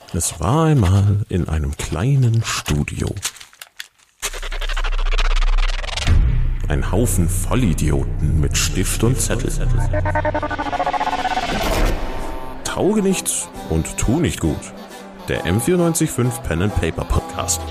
Es war einmal in einem kleinen Studio. Ein Haufen Vollidioten mit Stift und Zettel. Tauge nichts und tu nicht gut. Der M94.5 Pen & Paper Podcast.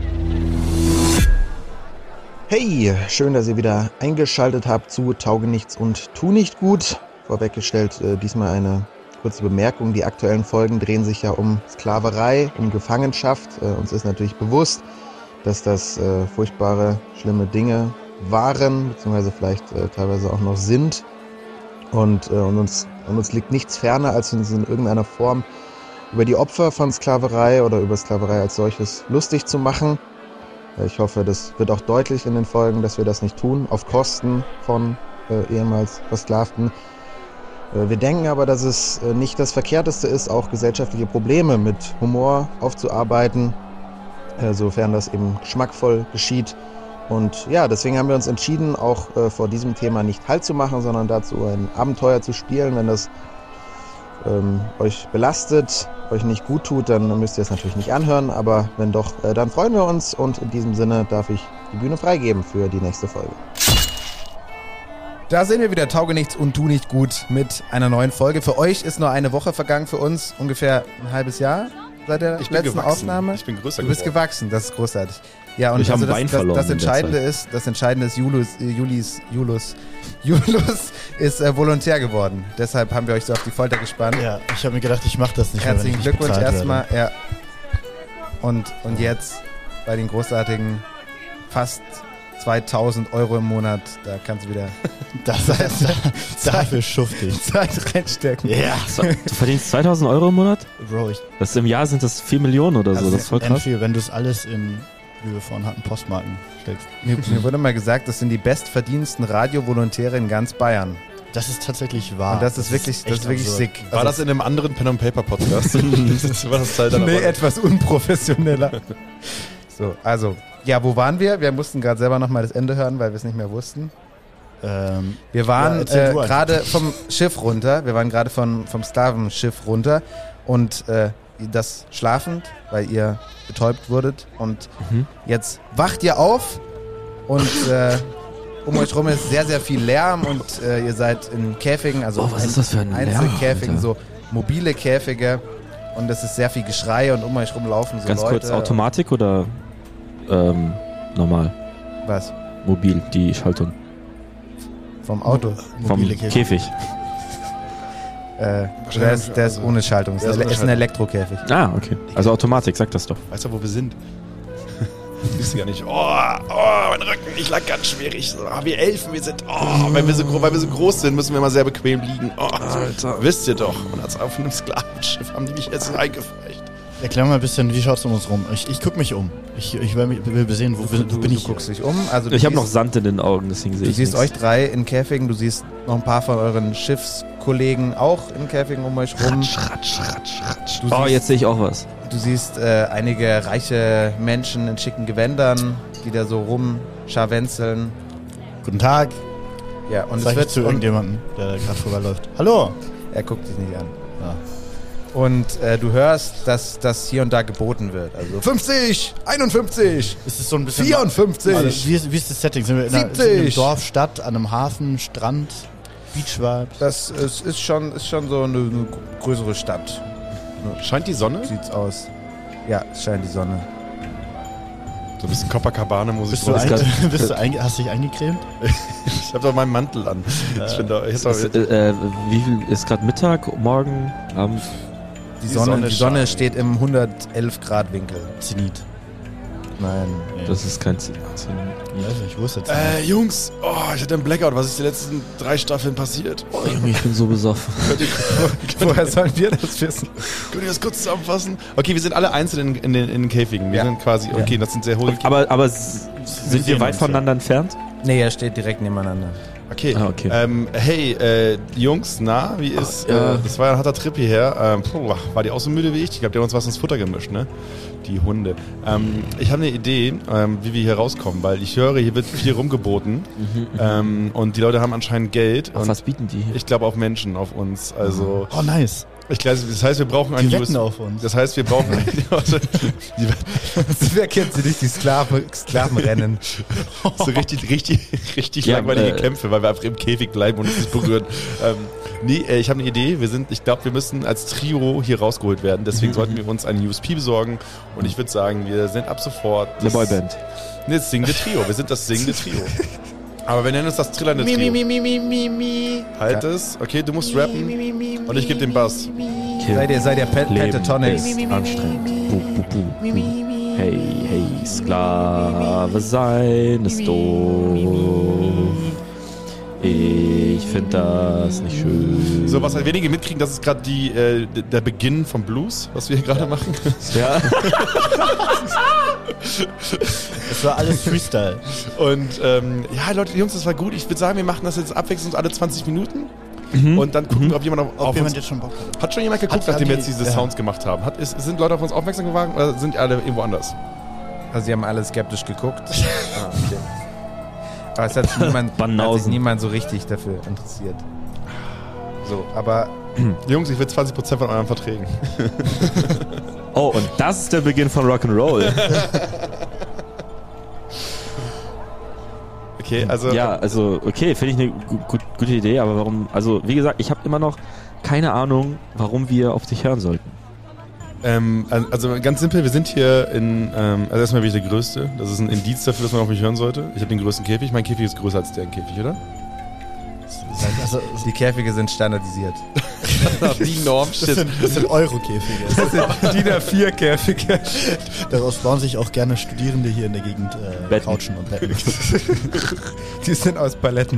Hey, schön, dass ihr wieder eingeschaltet habt zu Tauge nichts und tu nicht gut. Vorweggestellt diesmal eine kurze Bemerkung. Die aktuellen Folgen drehen sich ja um Sklaverei, um Gefangenschaft. Uns ist natürlich bewusst, dass das furchtbare, schlimme Dinge waren, beziehungsweise vielleicht teilweise auch noch sind. Und uns liegt nichts ferner, als uns in irgendeiner Form über die Opfer von Sklaverei oder über Sklaverei als solches lustig zu machen. Ich hoffe, das wird auch deutlich in den Folgen, dass wir das nicht tun, auf Kosten von ehemals Versklavten. Wir denken aber, dass es nicht das Verkehrteste ist, auch gesellschaftliche Probleme mit Humor aufzuarbeiten, sofern das eben geschmackvoll geschieht. Und ja, deswegen haben wir uns entschieden, auch vor diesem Thema nicht Halt zu machen, sondern dazu ein Abenteuer zu spielen. Wenn das euch belastet, euch nicht gut tut, dann müsst ihr es natürlich nicht anhören. Aber wenn doch, dann freuen wir uns. Und in diesem Sinne darf ich die Bühne freigeben für die nächste Folge. Da sind wir wieder, Tauge nichts und tu nicht gut mit einer neuen Folge. Für euch ist nur eine Woche vergangen, für uns ungefähr ein halbes Jahr seit der letzten Aufnahme. Ich bin größer geworden. Du bist gewachsen, das ist großartig. Ja, und ich also habe Bein verloren. Das Entscheidende ist, Julius ist Volontär geworden. Deshalb haben wir euch so auf die Folter gespannt. Ja, ich habe mir gedacht, ich mache das nicht. Herzlichen mehr, wenn ich Glückwunsch bezahlt erstmal. werde. Ja. Und jetzt bei den großartigen fast 2000 Euro im Monat, da kannst du wieder dafür schufte ich. Zeit reinstecken. Ja. Du verdienst 2000 Euro im Monat? Bro, Im Jahr sind das 4 Millionen oder so, das ist voll krass. Entweder, wenn du es alles in Höhe von harten Postmarken steckst. Mir wurde mal gesagt, das sind die bestverdienendsten Radiovolontäre in ganz Bayern. Das ist tatsächlich wahr. Und das ist wirklich sick. War das in einem anderen Pen & Paper Podcast? War das Teil deiner Nee, Rolle? etwas unprofessioneller. So, also, ja, wo waren wir? Wir mussten gerade selber nochmal das Ende hören, weil wir es nicht mehr wussten. Wir waren gerade vom Schiff runter, wir waren gerade vom Sklavenschiff runter und das schlafend, weil ihr betäubt wurdet und jetzt wacht ihr auf und um euch rum ist sehr, sehr viel Lärm und ihr seid in Käfigen, also was ist das für ein Einzelkäfigen, Lärm, so mobile Käfige und es ist sehr viel Geschrei und um euch rum laufen so Ganz Leute. kurz, Automatik oder normal? Was? Mobil, die Schaltung. Vom Auto? Vom Käfig. Der ist ohne Schaltung. Es ist ein Elektrokäfig. Ah, okay. Also Automatik, sag das doch. Weißt du, wo wir sind? Du siehst gar nicht. Oh, mein Rücken, ich lag ganz schwierig. Wir Elfen, wir sind, weil wir so groß sind, müssen wir immer sehr bequem liegen. Alter. Wisst ihr doch. Und als auf einem Sklavenschiff haben die mich jetzt eingeflecht. Erklär mal ein bisschen, wie schaut's um uns rum? Ich guck mich um. Ich will sehen, wo bin ich. Du guckst dich um. Also Ich habe noch Sand in den Augen, deswegen sehe ich Du siehst nichts. euch drei in Käfigen. Du siehst noch ein paar von euren Schiffskollegen auch in Käfigen um euch rum. Ratsch. Jetzt sehe ich auch was. Du siehst einige reiche Menschen in schicken Gewändern, die da so rumscharwenzeln. Guten Tag. Ja, und Sag ich zu irgendjemandem, der gerade vorbeiläuft. Hallo. Er guckt dich nicht an. Ja. Und du hörst, dass das hier und da geboten wird. Also 50, 51, Ist es so ein bisschen 54. Also, wie ist das Setting? Sind wir in einem 70. Dorf, Stadt, an einem Hafen, Strand, Beachvibes? Das ist schon so eine größere Stadt. Scheint die Sonne? Sieht's aus. Ja, es scheint die Sonne. So ein bisschen Copacabana-Musik. Hast du dich eingecremt? Ich hab doch meinen Mantel an. Wie viel ist gerade Mittag, morgen, Abend? Die Sonne steht im 111 Grad Winkel. Zenit. Nein. Das ist kein Ziel. Ich wusste jetzt nicht. Jungs, ich hatte einen Blackout. Was ist die letzten 3 Staffeln passiert? Oh Junge, ich bin so besoffen. Woher sollen wir das wissen? Könnt ihr das kurz zusammenfassen? Okay, wir sind alle einzeln in den Käfigen. Wir sind quasi, okay, das sind sehr hohe Käfige. Aber sind wir weit voneinander entfernt? Nee, er steht direkt nebeneinander. Okay. Ah, okay. Hey, Jungs, wie ist, das war ja ein harter Trip hierher. War die auch so müde wie ich? Ich glaube, die haben uns was ins Futter gemischt, ne? Die Hunde. Ich habe eine Idee, wie wir hier rauskommen, weil ich höre, hier wird viel rumgeboten. Und die Leute haben anscheinend Geld. Auf und was bieten die hier? ich glaube auf Menschen, auf uns. Also. Oh, nice. Ich glaube, das heißt, wir brauchen einen wetten auf uns. Das heißt, wir brauchen Wer kennt sie nicht, die Sklavenrennen? so richtig langweilige Kämpfe, weil wir einfach im Käfig bleiben und uns nicht berühren. Ich habe eine Idee. Ich glaube, wir müssen als Trio hier rausgeholt werden. Deswegen sollten wir uns einen USP besorgen. Und ich würde sagen, wir sind ab sofort eine Boyband. Das singende Trio. Wir sind das singende Trio. Aber wir nennen uns das trillernde Trio. Halt es. Okay, du musst rappen. Und ich gebe den Bass. Seid ihr Pentatonics? Anstrengend. Hey, Sklave sein ist doof. Ich finde das nicht schön. So, was halt wenige mitkriegen, das ist gerade der Beginn vom Blues, was wir hier gerade machen. Ja. Das war alles Freestyle. Und Leute, Jungs, das war gut. Ich würde sagen, wir machen das jetzt abwechselnd alle 20 Minuten. Und dann gucken wir, ob jemand auf uns... jetzt schon Bock hat. Hat schon jemand geguckt, nachdem wir jetzt diese Sounds gemacht haben? Sind Leute auf uns aufmerksam geworden oder sind alle irgendwo anders? Also sie haben alle skeptisch geguckt. Okay. Aber es hat sich niemand so richtig dafür interessiert. So, aber... Jungs, ich will 20% von euren Verträgen. Oh, und das ist der Beginn von Rock'n'Roll. Okay, also... Ja, okay, finde ich eine gute Idee, aber warum... Also, wie gesagt, ich habe immer noch keine Ahnung, warum wir auf dich hören sollten. Also ganz simpel, wir sind hier also erstmal bin ich der Größte. Das ist ein Indiz dafür, dass man auf mich hören sollte. Ich habe den größten Käfig. Mein Käfig ist größer als deren Käfig, oder? Also, die Käfige sind standardisiert. Die Norm, das sind Euro-Käfige. Das sind DIN A4-Käfige. Daraus bauen sich auch gerne Studierende hier in der Gegend Couchen und Betten. Die sind aus Paletten.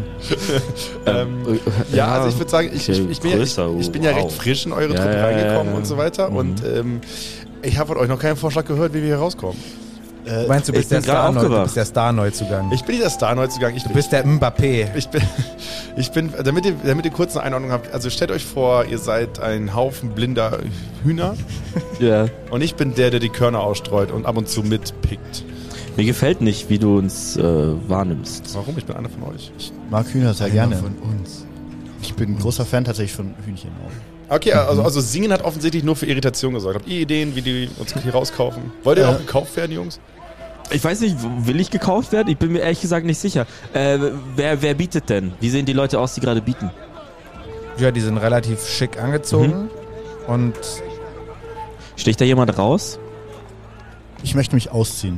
Also ich würde sagen, ich bin ja recht frisch in eure Truppe reingekommen und so weiter. Und ich habe von euch noch keinen Vorschlag gehört, wie wir hier rauskommen. Meinst du, bist der Star-Neuzugang? Ich bin der Star-Neuzugang. Du bist der Mbappé. Ich bin, damit ihr kurz eine Einordnung habt, also stellt euch vor, ihr seid ein Haufen blinder Hühner. Ja. Und ich bin der die Körner ausstreut und ab und zu mitpickt. Mir gefällt nicht, wie du uns wahrnimmst. Warum? Ich bin einer von euch. Ich mag Hühner sehr gerne. Von uns. Ich bin ein großer Fan tatsächlich von Hühnchen auch. Okay, also Singen hat offensichtlich nur für Irritation gesorgt. Habt ihr Ideen, wie die uns hier rauskaufen? Wollt ihr auch gekauft werden, Jungs? Ich weiß nicht, will ich gekauft werden? Ich bin mir ehrlich gesagt nicht sicher. Wer bietet denn? Wie sehen die Leute aus, die gerade bieten? Ja, die sind relativ schick angezogen. Und sticht da jemand raus? Ich möchte mich ausziehen.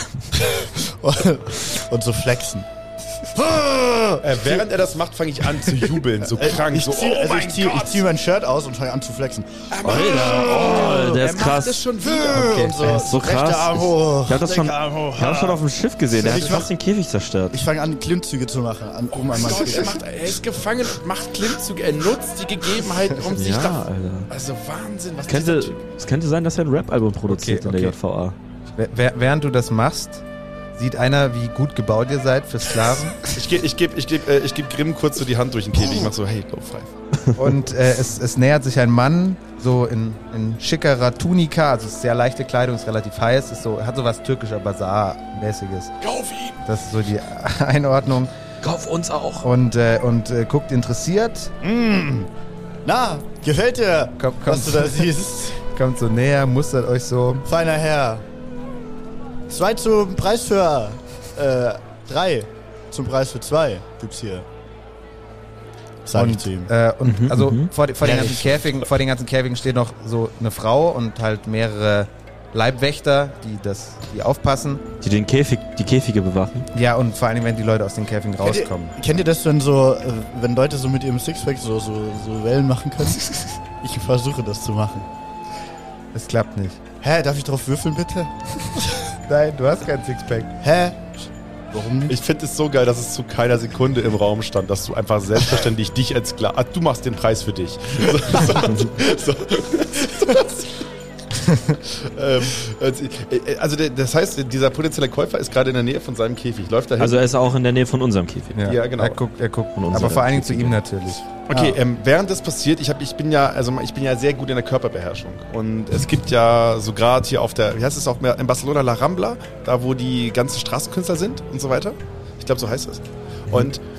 und so flexen. Während er das macht, fange ich an zu jubeln, so krank. Ich ziehe mein Shirt aus und fange an zu flexen. Alter, der ist krass. Das schon wieder. Okay, und so krass. Rechter Arm hoch. Ich habe das schon auf dem Schiff gesehen. Der hat fast den Käfig zerstört. Ich fange an, Klimmzüge zu machen. Er ist gefangen und macht Klimmzüge. Er nutzt die Gegebenheiten, um sich da... Alter. Also Wahnsinn, was Es könnte sein, dass er ein Rap-Album produziert in der JVA. Während du das machst, sieht einer, wie gut gebaut ihr seid für Sklaven. Ich geb Grimm kurz so die Hand durch den Käfig. Ich mach so, hey, go five. Und es nähert sich ein Mann, so in schickerer Tunika, also sehr leichte Kleidung, ist relativ heiß, hat so was türkischer Basar-mäßiges. Kauf ihn! Das ist so die Einordnung. Kauf uns auch! Und guckt interessiert. Na, gefällt dir, was du da siehst? Kommt so näher, mustert euch so. Feiner Herr. 2 zum Preis für 3 zum Preis für 2 gibt's hier. Sag ich zu ihm. Vor den ganzen Käfigen steht noch so eine Frau und halt mehrere Leibwächter, die aufpassen. Die die Käfige bewachen. Ja, und vor allem, wenn die Leute aus den Käfigen rauskommen. Kennt ihr das, wenn Leute so mit ihrem Sixpack so Wellen machen können? Ich versuche das zu machen. Es klappt nicht. Hä, darf ich drauf würfeln, bitte? Nein, du hast kein Sixpack. Hä? Warum nicht? Ich finde es so geil, dass es zu keiner Sekunde im Raum stand, dass du einfach selbstverständlich dich als klar... du machst den Preis für dich. Also das heißt, dieser potenzielle Käufer ist gerade in der Nähe von seinem Käfig. Läuft dahin? Also er ist auch in der Nähe von unserem Käfig. Ja, genau. Er guckt. Aber vor allen Dingen zu ihm natürlich. Okay, während das passiert, ich bin ja sehr gut in der Körperbeherrschung. Und es gibt ja so gerade hier auf der, wie heißt es auch mehr, in Barcelona La Rambla, da wo die ganzen Straßenkünstler sind und so weiter. Ich glaube, so heißt es. Und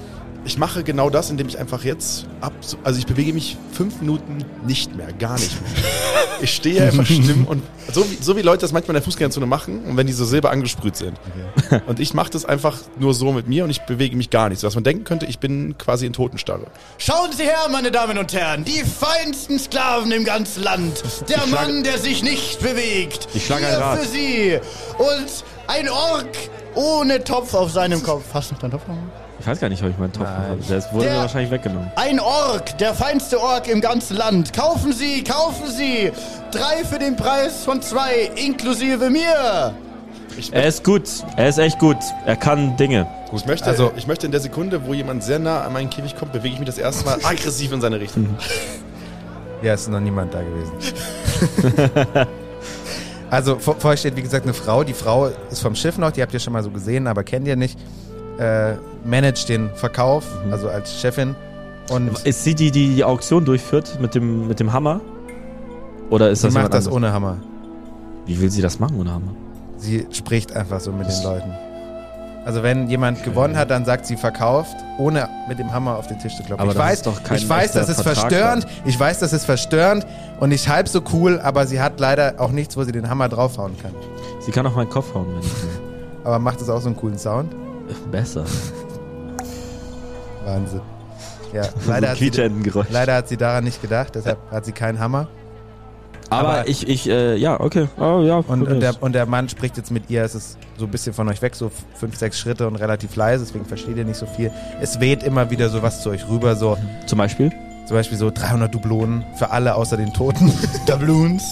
Ich mache genau das, indem ich einfach jetzt also ich bewege mich 5 Minuten nicht mehr, gar nicht mehr. Ich stehe einfach still und so wie Leute das manchmal in der Fußgängerzone machen und wenn die so silber angesprüht sind. Okay. Und ich mache das einfach nur so mit mir und ich bewege mich gar nicht. So dass man denken könnte, ich bin quasi in Totenstarre. Schauen Sie her, meine Damen und Herren, die feinsten Sklaven im ganzen Land. Der Mann, der sich nicht bewegt. Ich schlage Hier ein Rad. für Sie. Und ein Ork ohne Topf auf seinem Kopf. Hast du noch deinen Topf? Ich weiß gar nicht, ob ich meinen Topf habe. Der wurde mir wahrscheinlich weggenommen. Ein Ork, der feinste Ork im ganzen Land. Kaufen Sie, kaufen Sie. 3 für den Preis von 2, inklusive mir. Er ist gut. Er ist echt gut. Er kann Dinge. Ich möchte in der Sekunde, wo jemand sehr nah an meinen Käfig kommt, bewege ich mich das erste Mal aggressiv in seine Richtung. Ja, es ist noch niemand da gewesen. Also vor euch steht, wie gesagt, eine Frau. Die Frau ist vom Schiff noch, die habt ihr schon mal so gesehen, aber kennt ihr nicht. Managt den Verkauf, also als Chefin. Und ist sie die Auktion durchführt mit dem Hammer? Oder ist sie das macht das anderes? ohne Hammer. Wie will sie das machen ohne Hammer? Sie spricht einfach so mit den Leuten. Also wenn jemand gewonnen hat, dann sagt sie verkauft, ohne mit dem Hammer auf den Tisch zu klopfen. Aber ich das weiß, ist doch kein ich weiß, echter das ist Vertrag verstörend. dann. Ich weiß, das ist verstörend und nicht halb so cool, aber sie hat leider auch nichts, wo sie den Hammer draufhauen kann. Sie kann auf meinen Kopf hauen, wenn ich will. Aber macht es auch so einen coolen Sound? Besser. Wahnsinn. Ja, So ein Quietschentengeräusch. leider hat sie daran nicht gedacht, deshalb hat sie keinen Hammer. Aber ja, okay. Oh, ja, Und der Mann spricht jetzt mit ihr, es ist so ein bisschen von euch weg, so 5, 6 Schritte und relativ leise, deswegen versteht ihr nicht so viel. Es weht immer wieder sowas zu euch rüber, so Zum Beispiel so 300 Dublonen für alle außer den Toten. Doubloons.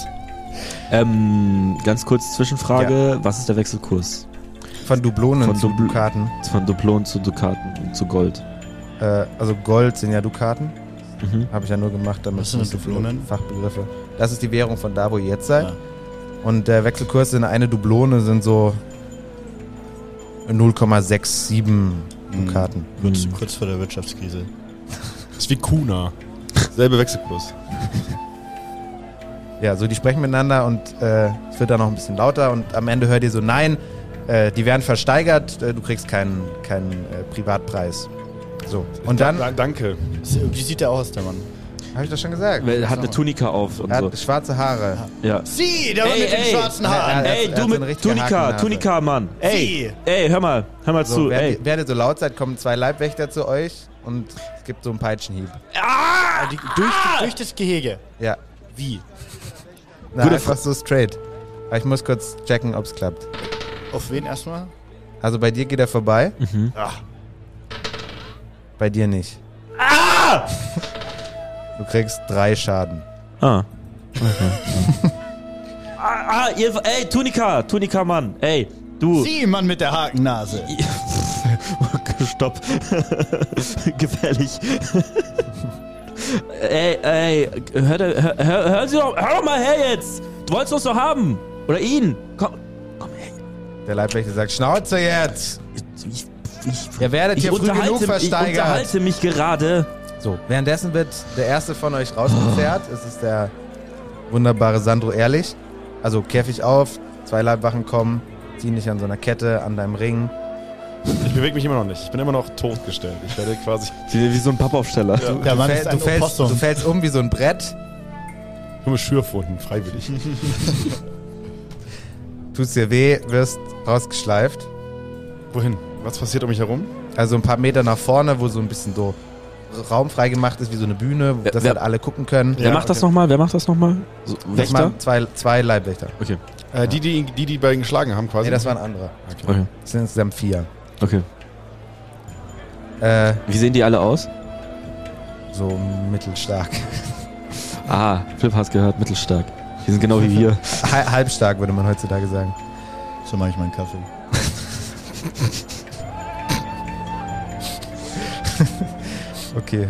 ganz kurz Zwischenfrage, was ist der Wechselkurs? Von Dublonen zu Dukaten. Von Dublonen zu Dukaten und zu Gold. Also Gold sind ja Dukaten. Habe ich ja nur gemacht, damit Was sind nicht so viele Dublonen? Fachbegriffe. Das ist die Währung von da, wo ihr jetzt seid. Ja. Und der Wechselkurs in eine Dublone sind so 0,67 Dukaten. Kurz vor der Wirtschaftskrise. Das ist wie Kuna. Selbe Wechselkurs. Ja, so die sprechen miteinander und es wird dann noch ein bisschen lauter und am Ende hört ihr so, nein, die werden versteigert, du kriegst keinen Privatpreis. So, und dann... Danke. Wie sieht der aus, der Mann? Habe ich das schon gesagt? Er hat eine Tunika auf und Er so. hat schwarze Haare. Ja. Sie, der Mann mit den schwarzen Haaren. Er Ey, hat du so mit eine richtige Hakennase. Tunika, Mann. Sie. Ey, hör mal So, zu. Ey. während ihr so laut seid, kommen 2 Leibwächter zu euch und es gibt so einen Peitschenhieb. Durch das Gehege. Ja. Wie? Na, Gute einfach so straight. Aber ich muss kurz checken, ob es klappt. Auf wen erstmal? Also bei dir geht er vorbei. Ach. Bei dir nicht. Du kriegst 3 Schaden. Ah. Ey, Tunika, Mann. Ey, du. Sie, Mann mit der Hakennase. Stopp. Gefährlich. Ey, hör doch mal her jetzt. Du wolltest uns doch haben. Oder ihn. Komm, hey. Der Leibwächter sagt, Schnauze jetzt! Ihr werdet hier früh genug Ich versteigert. unterhalte mich gerade. So, währenddessen wird der erste von euch rausgezerrt. Es ist der wunderbare Sandro Ehrlich. Also Käfig auf, 2 Leibwachen kommen, ziehen dich an so einer Kette, an deinem Ring. Ich bewege mich immer noch nicht. Ich bin immer noch totgestellt. Ich werde quasi... Wie so ein Pappaufsteller. Ja. Der Mann ist ein Opossum. Du fällst um wie so ein Brett, Nur mit Schürfwunden, freiwillig. tut's dir weh, wirst rausgeschleift. Wohin? Was passiert um mich herum? Also ein paar Meter nach vorne, wo so ein bisschen so Raum freigemacht ist, wie so eine Bühne, wo das halt alle gucken können. Wer macht das nochmal? So, Das Wächter? waren zwei Leibwächter. Okay. Die beiden geschlagen haben quasi. Nee, das waren andere. Okay. Das sind insgesamt 4. Okay. Wie sehen die alle aus? So mittelstark. Flip hast gehört, mittelstark. Die sind genau wie wir. Halbstark, würde man heutzutage sagen. So mache ich meinen Kaffee. Okay,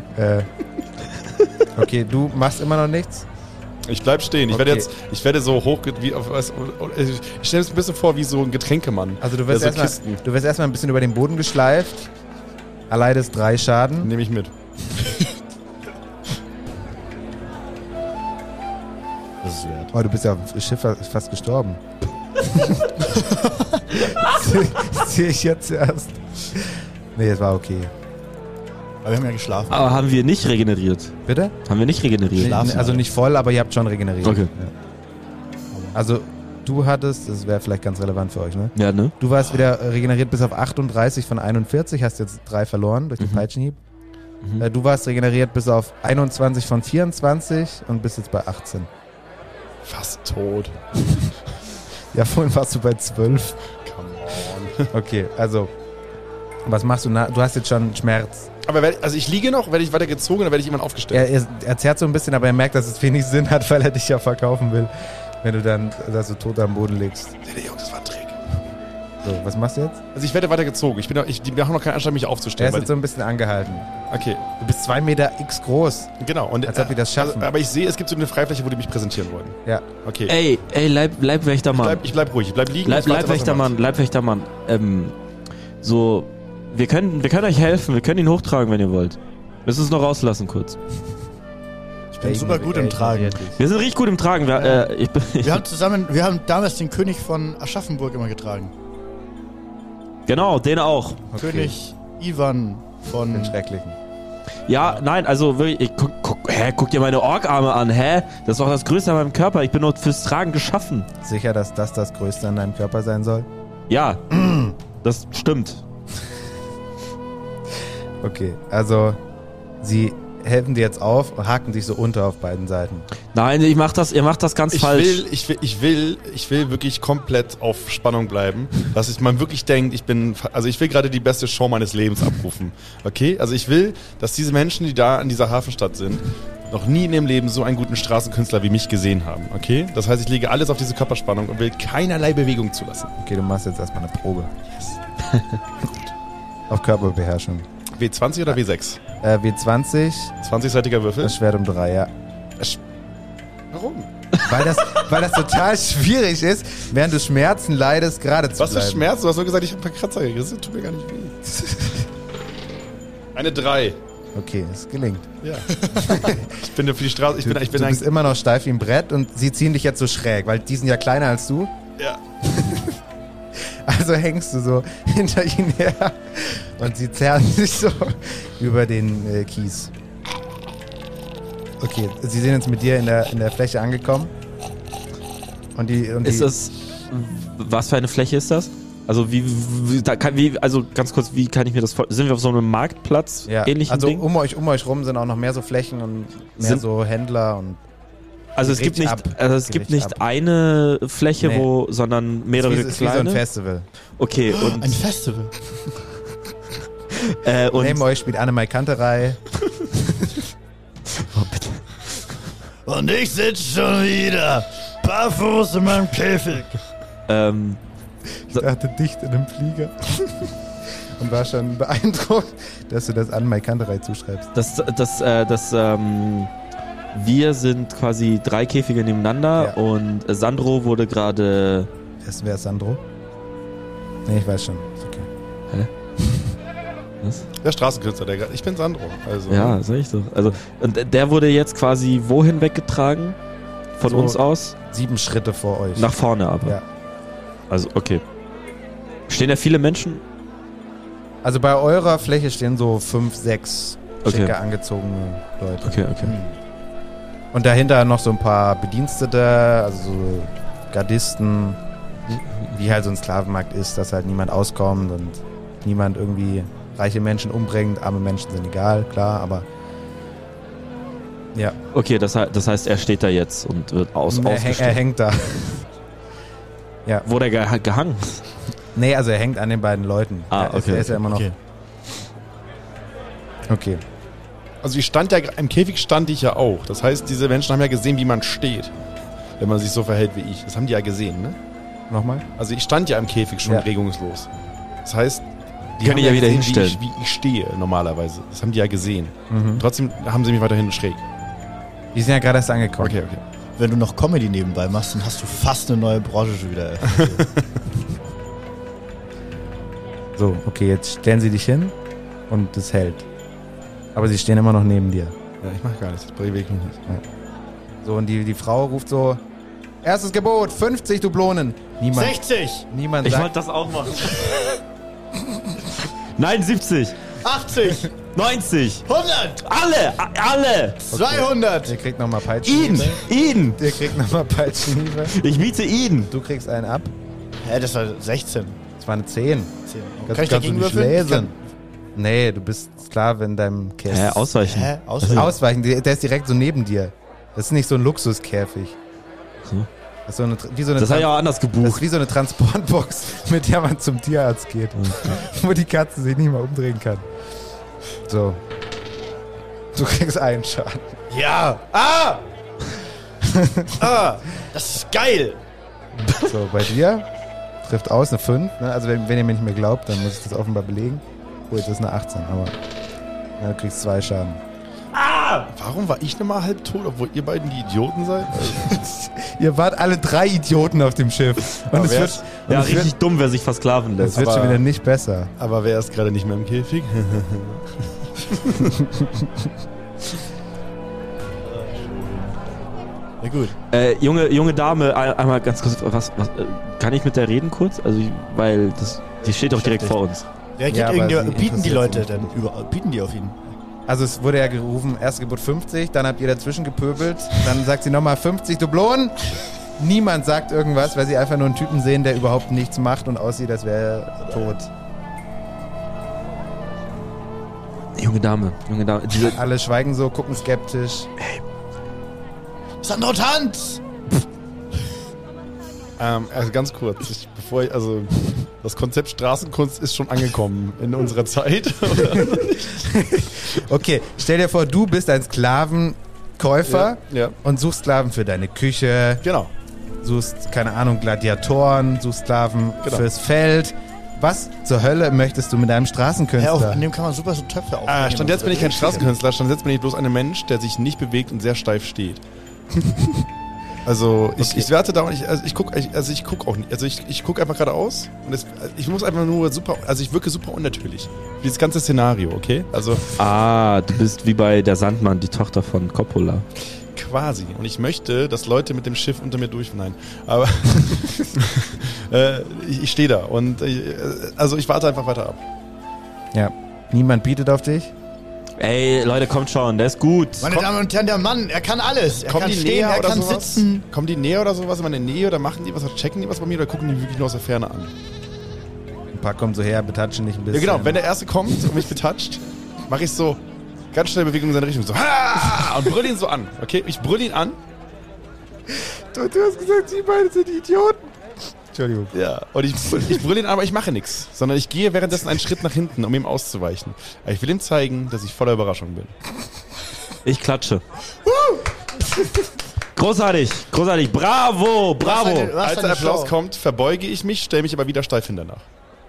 okay, du machst immer noch nichts? Ich bleib stehen. Ich werde so hoch wie auf was. Ich stelle es ein bisschen vor wie so ein Getränkemann. Also du wirst erstmal ein bisschen über den Boden geschleift. Erleidest 3 Schaden. Nehme ich mit. Das ist wert. Oh, du bist ja auf dem Schiff fast gestorben. Sehe ich jetzt erst. Nee, es war okay. Aber wir haben ja geschlafen. Aber haben wir nicht regeneriert? Bitte? Haben wir nicht regeneriert? Schlafen. Also nicht voll, aber ihr habt schon regeneriert. Okay. Ja. Also du hattest, das wäre vielleicht ganz relevant für euch, ne? Ja, ne? Du warst wieder regeneriert bis auf 38 von 41, hast jetzt 3 verloren durch den Peitschenhieb. Du warst regeneriert bis auf 21 von 24 und bist jetzt bei 18. Fast tot. Ja, vorhin warst du bei 12. Come on. Okay, also, was machst du? Du hast jetzt schon Schmerz. Aber also ich liege noch, werde ich weiter gezogen oder werde ich jemand aufgestellt? Er zerrt so ein bisschen, aber er merkt, dass es wenig Sinn hat, weil er dich ja verkaufen will, wenn du dann da so tot am Boden liegst. Nee, Jungs, das war ein Trick. So, was machst du jetzt? Also ich werde weiter gezogen. Wir haben noch keinen Anstand, mich Er aufzustellen. ist jetzt so ein bisschen angehalten. Okay, Du bist 2 Meter x groß. genau. Und, Als ob wir das schaffen. aber ich sehe, es gibt so eine Freifläche, wo die mich präsentieren wollen. Ja. Okay. Ey, Leibwächtermann. Ich bleib ruhig, ich bleib liegen. ich warte, was er macht. Leibwächtermann. So, wir können euch helfen, wir können ihn hochtragen, wenn ihr wollt. Müssen es noch rauslassen kurz. Ich bin super gut im Tragen. Wir sind richtig gut im Tragen. Wir haben damals den König von Aschaffenburg immer getragen. Genau, den auch. Okay. König Ivan von... Den Schrecklichen. Ja, nein, also wirklich, guck dir meine Orkarme an, hä? Das ist doch das Größte an meinem Körper. Ich bin nur fürs Tragen geschaffen. Sicher, dass das Größte an deinem Körper sein soll? Ja, das stimmt. Okay, also sie helfen dir jetzt auf und haken dich so unter auf beiden Seiten. Nein, ihr macht das ganz falsch. Ich will wirklich komplett auf Spannung bleiben, dass man wirklich denkt, ich will gerade die beste Show meines Lebens abrufen. Okay? Also ich will, dass diese Menschen, die da in dieser Hafenstadt sind, noch nie in ihrem Leben so einen guten Straßenkünstler wie mich gesehen haben. Okay? Das heißt, ich lege alles auf diese Körperspannung und will keinerlei Bewegung zulassen. Okay, du machst jetzt erstmal eine Probe. Yes. Auf Körperbeherrschung. W20 oder W6? W20. 20-seitiger Würfel? Das Schwert um 3, ja. Warum? Weil das total schwierig ist, während du Schmerzen leidest, gerade zu bleiben. Was für Schmerz? Du hast nur gesagt, ich habe ein paar Kratzer gerissen. Das tut mir gar nicht weh. Eine 3. Okay, es gelingt. Ja. Ich bin für die Straße. Du bist immer noch steif wie ein Brett und sie ziehen dich jetzt so schräg, weil die sind ja kleiner als du. Ja. Also hängst du so hinter ihnen her und sie zerren sich so über den Kies. Okay, sie sind jetzt mit dir in der Fläche angekommen. Was für eine Fläche ist das? Also also ganz kurz, wie kann ich mir das vorstellen? Sind wir auf so einem Marktplatz? Ja, ähnlichen also Ding? um euch rum sind auch noch mehr so Flächen und mehr so Händler und also es gibt nicht eine Fläche, sondern mehrere kleine. Es ist wie so ein Festival. Okay, und ein Festival. Und neben euch spielt Annemai Kanterei. Oh, bitte. Und ich sitze schon wieder barfuß in meinem Käfig. Ich dachte dicht in einem Flieger. Und war schon beeindruckt, dass du das Annemai Kanterei zuschreibst. Wir sind quasi 3 Käfige nebeneinander und Sandro wurde gerade... Wer ist Sandro? Nee, ich weiß schon. Ist okay. Hä? Was? Der Straßenkünstler, ich bin Sandro. Also. Ja, sag ich doch. Also, und der wurde jetzt quasi wohin weggetragen? Von uns aus? 7 Schritte vor euch. Nach vorne aber. Ja. Also, okay. Stehen da viele Menschen? Also bei eurer Fläche stehen so 5, 6 schicke angezogene Leute. Okay. Und dahinter noch so ein paar Bedienstete, also so Gardisten, wie halt so ein Sklavenmarkt ist, dass halt niemand auskommt und niemand irgendwie reiche Menschen umbringt. Arme Menschen sind egal, klar, aber ja. Okay, das heißt, er steht da jetzt und wird ausgestellt. Er hängt da. Ja. Wurde er gehangen? Nee, also er hängt an den beiden Leuten. Okay. Er ist ja immer noch... Okay. Also im Käfig stand ich ja auch. Das heißt, diese Menschen haben ja gesehen, wie man steht. Wenn man sich so verhält wie ich. Das haben die ja gesehen, ne? Nochmal? Also ich stand ja im Käfig schon regungslos. Das heißt, die können haben ja wieder gesehen, hinstellen. wie ich stehe normalerweise. Das haben die ja gesehen. Trotzdem haben sie mich weiterhin schräg. Die sind ja gerade erst angekommen. Okay. Wenn du noch Comedy nebenbei machst, dann hast du fast eine neue Branche schon wieder eröffnet. So, okay, jetzt stellen sie dich hin und das hält. Aber sie stehen immer noch neben dir. Ja, ich mach gar nichts. Das bewege ich mich nicht. Ja. So, und die Frau ruft so: Erstes Gebot, 50 Dublonen. 60! Niemand Ich sagt... wollte das auch machen. Nein, 70. 80! 90. 100. Alle. 200. Der kriegt nochmal Peitschenhiebe. Ihn. Der kriegt nochmal Peitschenhiebe. Ich miete ihn. Du kriegst einen ab. Hä, das war 16. Das war eine 10. Kann ich dagegen nicht würfeln? lesen. Nee, du bist Sklave in deinem Käfig. Ausweichen. Hä? Ausweichen, der ist direkt so neben dir. Das ist nicht so ein Luxuskäfig. Hm. Das ist so eine, wie so eine Das habe ich auch anders Das ist gebucht. wie so eine Transportbox, mit der man zum Tierarzt geht. Wo die Katze sich nicht mal umdrehen kann. So. Du kriegst einen Schaden. Ja. Das ist geil. So, bei dir trifft aus eine 5. Ne? Also wenn ihr mir nicht mehr glaubt, dann muss ich das offenbar belegen. Oh, jetzt ist eine 18, aber du kriegst 2 Schaden. Warum war ich nochmal halb tot, obwohl ihr beiden die Idioten seid? Ihr wart alle 3 Idioten auf dem Schiff. Und es wird, Ja, richtig dumm, wer sich versklaven lässt. es wird schon wieder nicht besser. Aber wer ist gerade nicht mehr im Käfig? Na gut. Junge Dame, einmal ganz kurz, was kann ich mit der reden kurz? Also, weil die steht doch direkt vor uns. Reagiert Ja, aber irgendwie, sie bieten die interessiert Leute sie denn bieten die auf ihn? Also es wurde ja gerufen, erste Geburt 50, dann habt ihr dazwischen gepöbelt, dann sagt sie nochmal 50 Dublonen. Niemand sagt irgendwas, weil sie einfach nur einen Typen sehen, der überhaupt nichts macht und aussieht, als wäre er tot. Junge Dame. Alle schweigen so, gucken skeptisch. Sandro Tanz! Also ganz kurz, das Konzept Straßenkunst ist schon angekommen in unserer Zeit. Okay, stell dir vor, du bist ein Sklavenkäufer Ja. und suchst Sklaven für deine Küche, Genau. suchst, keine Ahnung, Gladiatoren, suchst Sklaven Genau. fürs Feld. Was zur Hölle möchtest du mit einem Ja, Straßenkünstler? an dem kann man super so Töpfe aufnehmen. Stand jetzt bin ich kein Straßenkünstler, stand jetzt bin ich bloß ein Mensch, der sich nicht bewegt und sehr steif steht. Also ich werte da und ich guck auch nicht. Also ich guck einfach geradeaus und ich muss einfach nur ich wirke super unnatürlich. Für dieses ganze Szenario, okay? Also Du bist wie bei der Sandmann, die Tochter von Coppola. quasi. Und ich möchte, dass Leute mit dem Schiff unter mir Nein. Aber ich stehe da und also ich warte einfach weiter ab. Ja. Niemand bietet auf dich? Ey, Leute, kommt schon, der ist gut. Meine Damen und Herren, der Mann, er kann alles. Er Kommen kann die stehen, näher er oder kann sowas? sitzen. Kommen die näher oder sowas in meine Nähe oder machen die was oder checken die was bei mir oder gucken die wirklich nur aus der Ferne an? Ein paar kommen so her, betatschen dich ein Ja bisschen. genau, wenn der Erste kommt und mich betatscht, mache ich so ganz schnell Bewegung in seine Richtung. So "Ha!" und brüll ihn so an. Okay, ich brüll ihn an. Du hast gesagt, sie beide sind Idioten. Entschuldigung. Ja. Und ich brüll ihn an, aber ich mache nichts. Sondern ich gehe währenddessen einen Schritt nach hinten, um ihm auszuweichen. Aber ich will ihm zeigen, dass ich voller Überraschung bin. Ich klatsche. Großartig, bravo. Als der Applaus kommt, verbeuge ich mich, stelle mich aber wieder steif hin danach.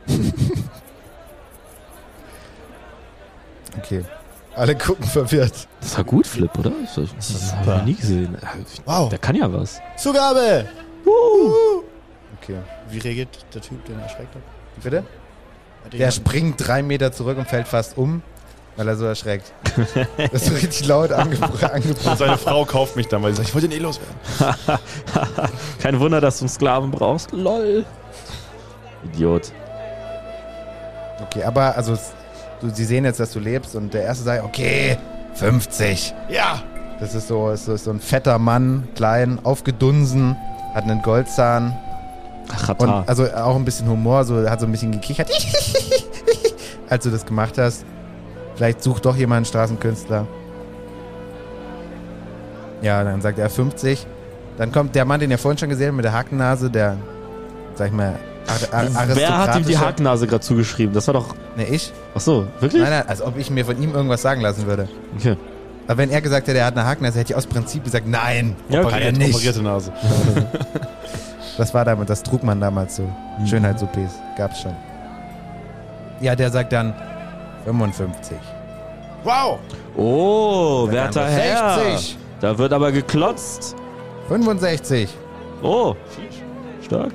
Okay. Alle gucken verwirrt. Das war gut, Flip, oder? Das habe ich noch nie gesehen. Wow. Der kann ja was. Zugabe! Okay. Wie reagiert der Typ, den er erschreckt hat? Bitte? Der springt 3 Meter zurück und fällt fast um, weil er so erschreckt. Das ist so richtig laut angebrüllt. Und seine Frau kauft mich dann, weil sie sagt, ich wollte den loswerden. Kein Wunder, dass du einen Sklaven brauchst. LOL. Idiot. Okay, aber also sie sehen jetzt, dass du lebst und der Erste sagt, okay, 50. Ja! Das ist so ein fetter Mann, klein, aufgedunsen, hat einen Goldzahn und Chata. also auch ein bisschen Humor, so hat so ein bisschen gekichert, als du das gemacht hast. Vielleicht sucht doch jemand einen Straßenkünstler. Ja, dann sagt er 50. Dann kommt der Mann, den ihr vorhin schon gesehen habt, mit der Hakennase, der, sag ich mal, Wer hat ihm die aristokratische- Hakennase gerade zugeschrieben? Das war doch... Ne, ich? Ach so, wirklich? Nein, als ob ich mir von ihm irgendwas sagen lassen würde. Okay. Aber wenn er gesagt hätte, er hat eine Hakennase, hätte ich aus Prinzip gesagt, nein, Ja, okay. hat er nicht. Operierte Nase. Das war damals, das trug man damals so. Schönheits-OPs gab's schon. Ja, der sagt dann 55. Wow! Oh, werter Herr. 60. Da wird aber geklotzt. 65. Oh, stark.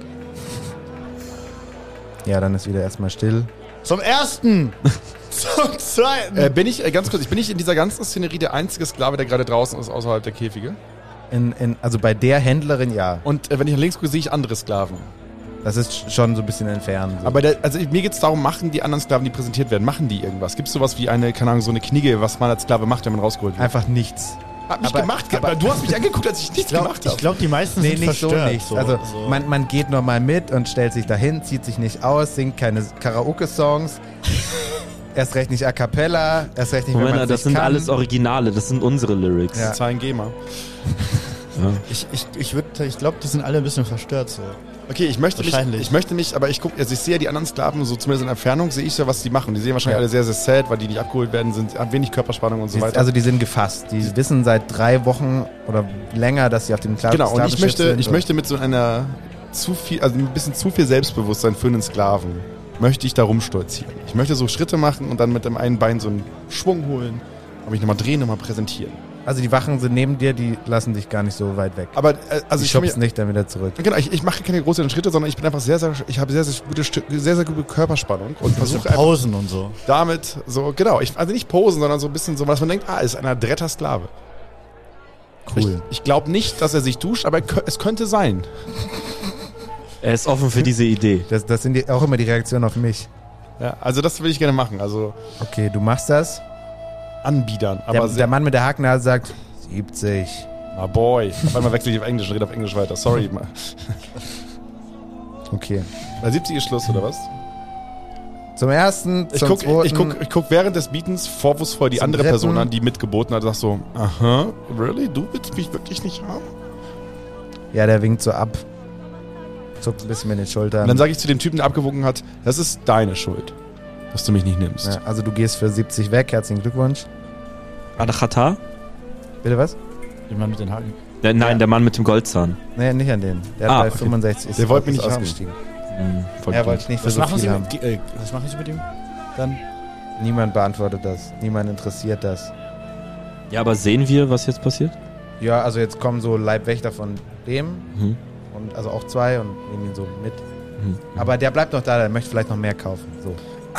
Ja, dann ist wieder erstmal still. Zum ersten! Zum zweiten! Bin ich in dieser ganzen Szenerie der einzige Sklave, der gerade draußen ist, außerhalb der Käfige? Also bei der Händlerin ja. Und wenn ich nach links gucke, sehe ich andere Sklaven. Das ist schon so ein bisschen entfernt. So. Aber mir geht es darum, machen die anderen Sklaven, die präsentiert werden, machen die irgendwas? Gibt es sowas wie eine, keine Ahnung, so eine Knigge, was man als Sklave macht, wenn man rausgeholt wird? Einfach nichts. Hab mich gemacht, aber du hast mich angeguckt, als ich nichts gemacht habe. Ich glaube, die meisten sind nicht verstört. So nicht. Also man geht normal mit und stellt sich dahin, zieht sich nicht aus, singt keine Karaoke-Songs. Erst recht nicht a cappella, erst recht nicht, wenn man das sind kann. Alles Originale, das sind unsere Lyrics. Ja. Zahlen GEMA. Ja. Ich glaube, die sind alle ein bisschen verstört so. Okay, ich möchte mich, aber ich sehe ja die anderen Sklaven, so zumindest in der Entfernung, sehe ich ja, was die machen. Die sehen wahrscheinlich alle sehr, sehr sad, weil die nicht abgeholt werden, haben wenig Körperspannung und so weiter. Also die sind gefasst. Die wissen seit 3 Wochen oder länger, dass sie auf dem Genau, und ich möchte mit so einer ein bisschen zu viel Selbstbewusstsein für einen Sklaven, möchte ich da rumstolzieren. Ich möchte so Schritte machen und dann mit dem einen Bein so einen Schwung holen, aber mich nochmal drehen, nochmal präsentieren. Also die Wachen sind neben dir, die lassen dich gar nicht so weit weg. Aber ich schubst nicht dann wieder zurück. Genau, ich mache keine großen Schritte, sondern ich bin einfach ich habe sehr, sehr gute Körperspannung und versuche Posen und so. Damit so, genau, also nicht posen, sondern so ein bisschen so, dass man denkt, ist ein adretter Sklave. Cool. Ich glaube nicht, dass er sich duscht, aber es könnte sein. Er ist offen für diese Idee. Das sind auch immer die Reaktionen auf mich. Ja, also das will ich gerne machen. Also okay, du machst das. Anbiedern. Aber der Mann mit der Hakennase sagt 70. My boy. Auf einmal wechsle ich auf Englisch und rede auf Englisch weiter. Sorry. Okay. Bei 70 ist Schluss, oder was? Zum ersten, zum zweiten. Ich guck während des Bietens vorwurfsvoll die andere Person an, die mitgeboten hat, und sag so, aha, really? Du willst mich wirklich nicht haben? Ja, der winkt so ab. Zuckt ein bisschen mit den Schultern. Und dann sage ich zu dem Typen, der abgewogen hat, das ist deine Schuld, dass du mich nicht nimmst. Ja, also du gehst für 70 weg, herzlichen Glückwunsch. Adachata? Bitte was? Der Mann mit den Haken. Nein, der Mann mit dem Goldzahn. Nee, nicht an den. Der hat bei 65 der wollte mich nicht ausgestiegen. Er wollte nicht für so viel haben. Was machen Sie mit ihm dann? Niemand beantwortet das. Niemand interessiert das. Ja, aber sehen wir, was jetzt passiert? Ja, also jetzt kommen so Leibwächter von dem. Und also auch 2 und nehmen ihn so mit. Aber der bleibt noch da, der möchte vielleicht noch mehr kaufen. So.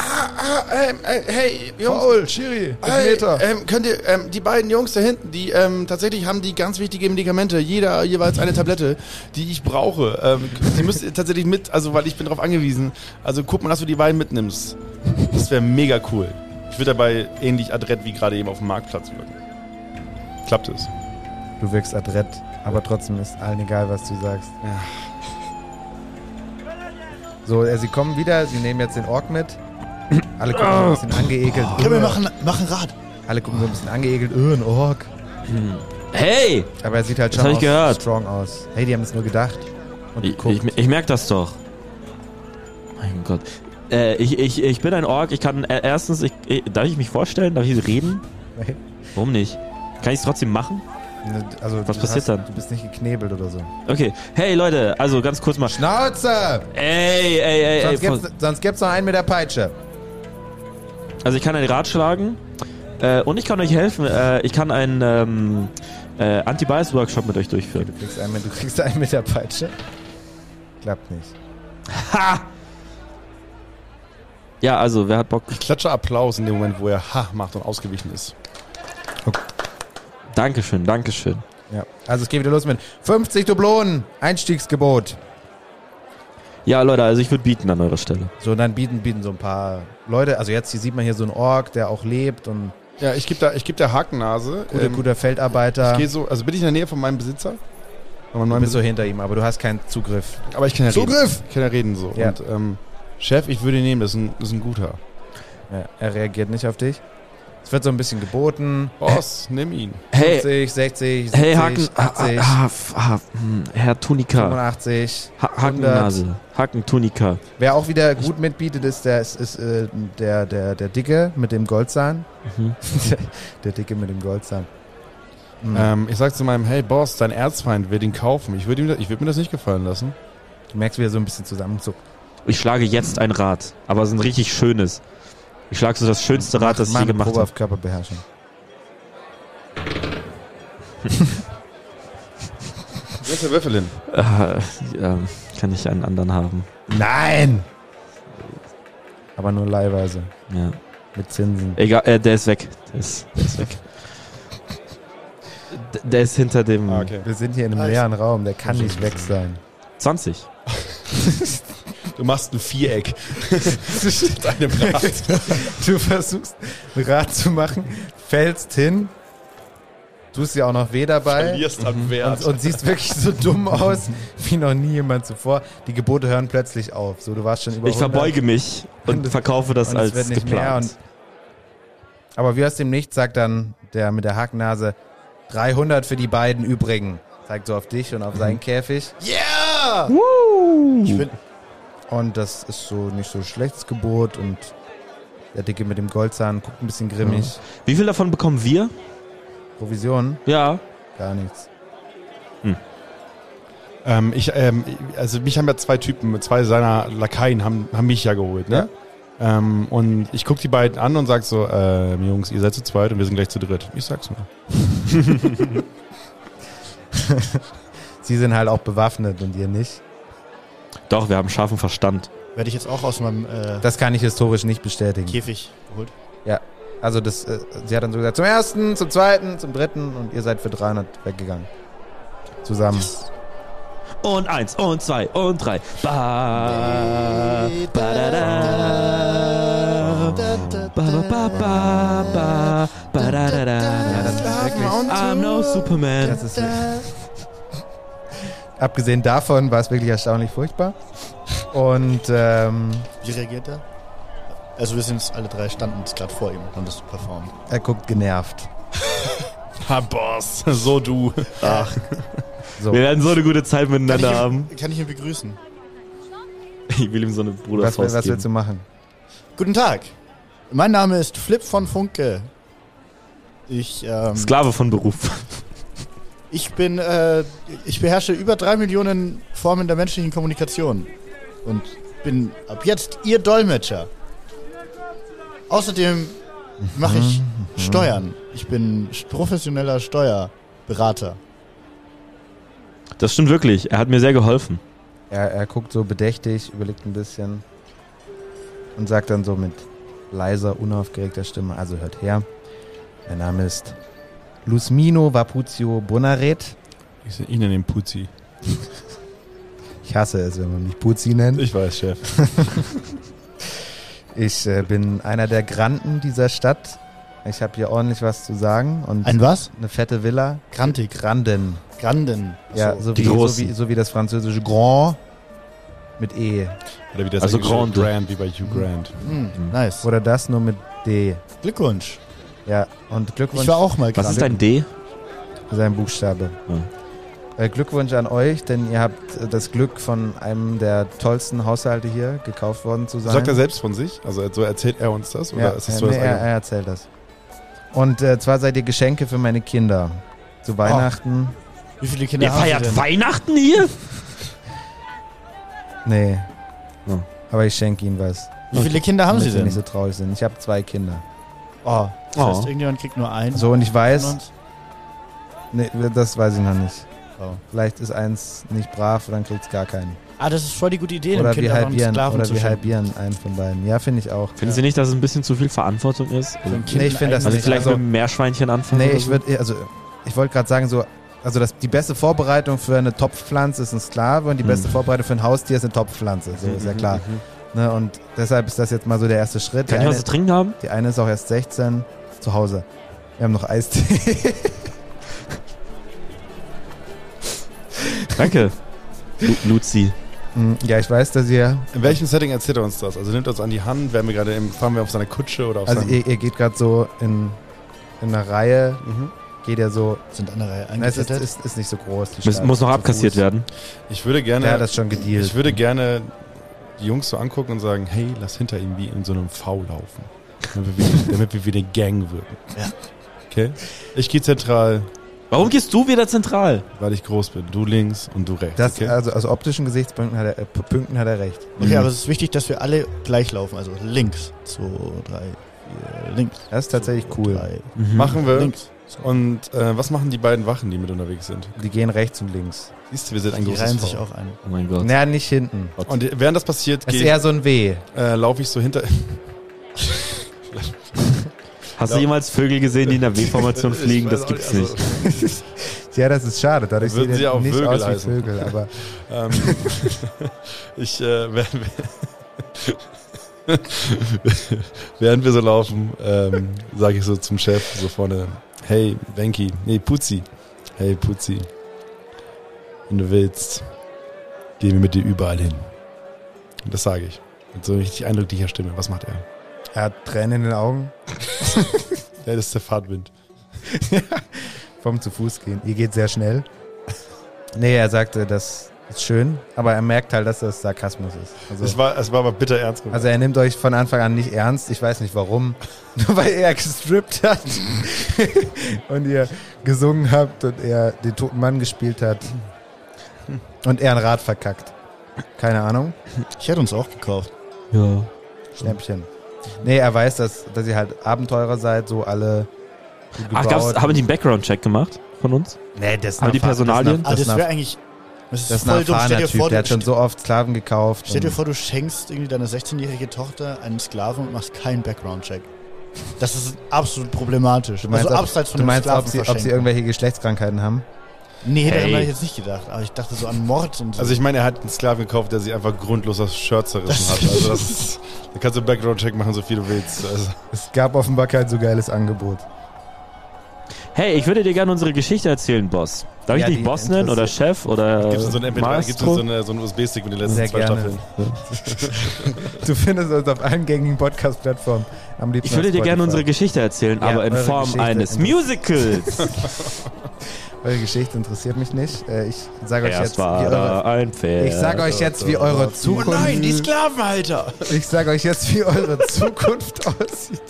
Hey, Jungs. Paul, Schiri, könnt ihr, die beiden Jungs da hinten, die tatsächlich haben die ganz wichtige Medikamente, jeder jeweils eine Tablette, die ich brauche. Die müsst ihr tatsächlich mit, also weil ich bin darauf angewiesen. Also guck mal, dass du die beiden mitnimmst. Das wäre mega cool. Ich würde dabei ähnlich adrett wie gerade eben auf dem Marktplatz wirken. Klappt es? Du wirkst adrett, aber trotzdem ist allen egal, was du sagst. Ja. So, sie kommen wieder, sie nehmen jetzt den Ork mit. Alle gucken so ein bisschen angeekelt. Ja, wir machen Rad. Alle gucken so ein bisschen angeekelt. Ein Ork. Hey! Aber er sieht halt schon strong aus. Hey, die haben es nur gedacht. Und ich merke das doch. Mein Gott. Ich bin ein Ork. Ich kann erstens, darf ich mich vorstellen? Darf ich reden? Nein. Warum nicht? Kann ich es trotzdem machen? Also, was passiert dann? Du bist nicht geknebelt oder so. Okay. Hey Leute, also ganz kurz mal. Schnauze! Ey. Sonst gibt's noch einen mit der Peitsche. Also ich kann ein Rad schlagen und ich kann euch helfen. Ich kann einen Anti-Bias-Workshop mit euch durchführen. Du kriegst einen mit der Peitsche? Klappt nicht. Ha! Ja, also wer hat Bock? Ich klatsche Applaus in dem Moment, wo er Ha macht und ausgewichen ist. Okay. Dankeschön. Ja, also es geht wieder los mit 50 Dublonen, Einstiegsgebot. Ja, Leute, also ich würde bieten an eurer Stelle. So, dann bieten so ein paar Leute. Also jetzt hier sieht man hier so einen Ork, der auch lebt und... Ja, ich geb der Hakennase. Guter Feldarbeiter. Ich gehe so, also bin ich in der Nähe von meinem Besitzer? Du bist so hinter ihm, aber du hast keinen Zugriff. Aber ich kann ja reden. Zugriff! Ich kann ja reden so. Ja. Und Chef, ich würde ihn nehmen, das ist ein guter. Ja, er reagiert nicht auf dich. Es wird so ein bisschen geboten. Boss, nimm ihn. 50, 60, 70, hey, Haken, 80. Herr Tunika. 85. Hakennase. Haken-Tunika. Wer auch wieder gut mitbietet, ist der Dicke mit dem Goldzahn. Der Dicke mit dem Goldzahn. Ich sag zu meinem, hey Boss, dein Erzfeind will ihn kaufen. Ich würde mir das nicht gefallen lassen. Du merkst, wie er so ein bisschen zusammenzuckt. Ich schlage jetzt ein Rad, aber so ein richtig schönes. Ich schlage so das schönste Rad, das ich je gemacht habe. Auf Körperbeherrschung. Wo ist der Würfel hin? Kann ich einen anderen haben? Nein! Aber nur leihweise. Ja. Mit Zinsen. Egal, der ist weg. Der ist weg. Der ist hinter dem... Okay. Wir sind hier in einem leeren Raum, der kann nicht weg sein. 20. Du machst ein Viereck. Deinem Rad. Du versuchst ein Rad zu machen, fällst hin, tust ja auch noch weh dabei. Verlierst am Wert. Und siehst wirklich so dumm aus, wie noch nie jemand zuvor. Die Gebote hören plötzlich auf. So, du warst schon über Ich 100 verbeuge mich und verkaufe das und als es wird nicht mehr. geplant. Aber wie aus dem Nichts sagt dann der mit der Hakennase 300 für die beiden übrigen. Zeigt so auf dich und auf seinen Käfig. Yeah! Ich bin Und das ist so nicht so schlechtes Gebot und der Dicke mit dem Goldzahn guckt ein bisschen grimmig. Wie viel davon bekommen wir? Provision? Ja. Gar nichts. Also mich haben ja zwei Typen, zwei seiner Lakaien haben mich ja geholt, ne? Ja. Und ich guck die beiden an und sag so, Jungs, ihr seid zu zweit und wir sind gleich zu dritt. Ich sag's nur. Sie sind halt auch bewaffnet und ihr nicht. Doch, wir haben scharfen Verstand. Werde ich jetzt auch aus meinem Das kann ich historisch nicht bestätigen. Käfig geholt. Ja, also das, sie hat dann so gesagt, zum ersten, zum zweiten, zum dritten und ihr seid für 300 weggegangen. Zusammen. Und 1 und 2 und 3. Ba, ba, da, da. Ba, ba, ba, ba, ba, ba, da, da, da. Ja, das ist wirklich, I'm no Superman. das ist abgesehen davon war es wirklich erstaunlich furchtbar. Und Wie reagiert er? Also wir sind alle drei, standen gerade vor ihm und das performt. er guckt genervt. Ha, Boss, so du. Ach, So. Wir werden so eine gute Zeit miteinander haben. kann ich ihn begrüßen? Ich will ihm so eine Brudersfaust Was geben. willst du machen? Guten Tag. Mein Name ist Flip von Funke. Ich Sklave von Beruf. ich beherrsche über 3 Millionen Formen der menschlichen Kommunikation und bin ab jetzt Ihr Dolmetscher. Außerdem mache ich Steuern. Ich bin professioneller Steuerberater. Das stimmt wirklich. Er hat mir sehr geholfen. Er guckt so bedächtig, überlegt ein bisschen und sagt dann so mit leiser, unaufgeregter Stimme, also hört her, mein Name ist Lusmino Vapuzio Bonaret. Ich nenne ihn Puzzi. Ich hasse es, wenn man mich Puzzi nennt. Ich weiß, Chef. Ich bin einer der Granden dieser Stadt. Ich habe hier ordentlich was zu sagen. Und Ein was? eine fette Villa. Grantig. Granden. Granden. Ja, Achso. so die wie, Großen. so wie das französische Grand mit E. Oder wie das Also englische Grande. Grand, wie bei Hugh Grant. Nice. Oder das nur mit D. Glückwunsch. Ja, und Glückwunsch. Ich war auch mal Was ist Grand. ein D? Sein Buchstabe. Glückwunsch an euch, denn ihr habt das Glück, von einem der tollsten Haushalte hier gekauft worden zu sein. Sagt er selbst von sich? Also so erzählt er uns das? Oder Ja, ist das so nee, das er eigene? erzählt das. Und zwar seid ihr Geschenke für meine Kinder. Zu Weihnachten. Wie viele Kinder Ihr haben Sie feiert denn? Weihnachten hier? Nee. Oh. Aber ich schenke ihnen was. Wie viele Kinder haben damit Sie denn? nicht so traurig sind. Ich habe 2 Kinder. Oh, das heißt, Oh. irgendjemand kriegt nur einen. So, und ich von weiß, uns? nee, das weiß ich noch nicht. Oh. Vielleicht ist eins nicht brav, dann kriegt es gar keinen. Ah, das ist voll die gute Idee, Oder dem wir Kind einfach einen halbieren, Sklaven oder zu wir schenken. halbieren einen von beiden. Ja, finde ich auch. Finden Sie nicht, dass es ein bisschen zu viel Verantwortung ist? Für ein Kind Nee, ich finde das Also nicht. vielleicht Also, mit einem Meerschweinchen anfangen? nee, oder ich so? würde, also ich wollte gerade sagen, so, also die beste Vorbereitung für eine Topfpflanze ist ein Sklave und die beste Vorbereitung für ein Haustier ist eine Topfpflanze. So ist ja klar. Ne, und deshalb ist das jetzt mal so der erste Schritt. Kann ich was zu trinken haben? Die eine ist auch erst 16 zu Hause. Wir haben noch Eistee. Danke. Luzi. Ja, ich weiß, dass ihr, In welchem Setting erzählt er uns das? Also nimmt er uns an die Hand, fahren wir auf seine Kutsche oder auf also seinem... ihr geht gerade so in einer Reihe, geht ja so, Sind an der Reihe es eingesetzt. ist nicht so groß. Die Stadt, Muss noch zu abkassiert Fuß. werden. Ich würde gerne... Der hat das schon gedealt. Ich würde gerne die Jungs so angucken und sagen, hey, lass hinter ihm wie in so einem V laufen. Damit wir wieder Gang wirken. Ja. Okay? Ich gehe zentral, Warum gehst du wieder zentral? weil ich groß bin. Du links und du rechts. Das, okay? also aus optischen Gesichtspunkten hat er recht. Okay, aber es ist wichtig, dass wir alle gleich laufen. Also links. 2, 3, 4, links. Das ist tatsächlich cool. 3, Machen wir. links. Und was machen die beiden Wachen, die mit unterwegs sind? Die gehen rechts und links. Siehst du, wir sind ein Die großes reihen V. sich auch ein. Oh mein Gott. Naja, nicht hinten. Und während das passiert, Das ist eher so ein W. laufe ich so hinter... Hast du jemals Vögel gesehen, die in der W-Formation fliegen? Das Ich weiß gibt's auch nicht. Ja, das ist schade. Dadurch Würden sehen sie auch nicht Vögel aus wie heißen. Vögel. Aber während wir so laufen, sage ich so zum Chef so vorne, hey Wenki, nee Putzi, hey Putzi, wenn du willst, gehen wir mit dir überall hin. Und das sage ich. Mit so richtig eindrücklicher Stimme. Was macht er? er hat Tränen in den Augen. Ja, das ist der Fahrtwind. Vom zu Fuß gehen. Ihr geht sehr schnell. Nee, er sagte, das ist schön, aber er merkt halt, dass das Sarkasmus ist. Also, Es war aber bitter ernst. also er nimmt euch von Anfang an nicht ernst. Ich weiß nicht warum. Nur weil er gestrippt hat und ihr gesungen habt und er den toten Mann gespielt hat und er ein Rad verkackt. Keine Ahnung. Ich hätte uns auch gekauft. Ja. Schnäppchen. Nee, er weiß, dass ihr halt Abenteurer seid, so alle gut gebaut. Haben die einen Background-Check gemacht von uns? Nee, das ist Aber die Personalien? Das wäre eigentlich... Das ist ein erfahrener Typ, der hat schon so oft Sklaven gekauft. Stell dir vor, du schenkst irgendwie deiner 16-jährige Tochter einen Sklaven und machst keinen Background-Check. Das ist absolut problematisch. Du meinst, abseits von dem ob sie irgendwelche Geschlechtskrankheiten haben? Nee, daran habe ich jetzt nicht gedacht. Aber ich dachte so an Mord und so. Also ich meine, er hat einen Sklaven gekauft, der sich einfach grundlos das Shirt zerrissen hat. Also das ist, da kannst du Background-Check machen, so viel du willst. Also. Es gab offenbar kein so geiles Angebot. Hey, ich würde dir gerne unsere Geschichte erzählen, Boss. Darf ich Ja, dich die Boss nennen oder Chef oder Gibt es so ein MP3, gibt es Maestro? so einen USB-Stick mit den letzten Sehr 2 gerne. Staffeln? Du findest uns auf allen gängigen Podcast-Plattformen. Am liebsten Ich würde auf dir gerne Spotify. unsere Geschichte erzählen, Ja, aber in eure Form Geschichte eines interessiert- Musicals. Eure Geschichte interessiert mich nicht. Ich sage euch Erst jetzt, wie war da eure... ein Pferd. Ich sage euch jetzt, wie eure Zukunft... Sklavenhalter! Ich sage euch jetzt, wie eure Zukunft aussieht.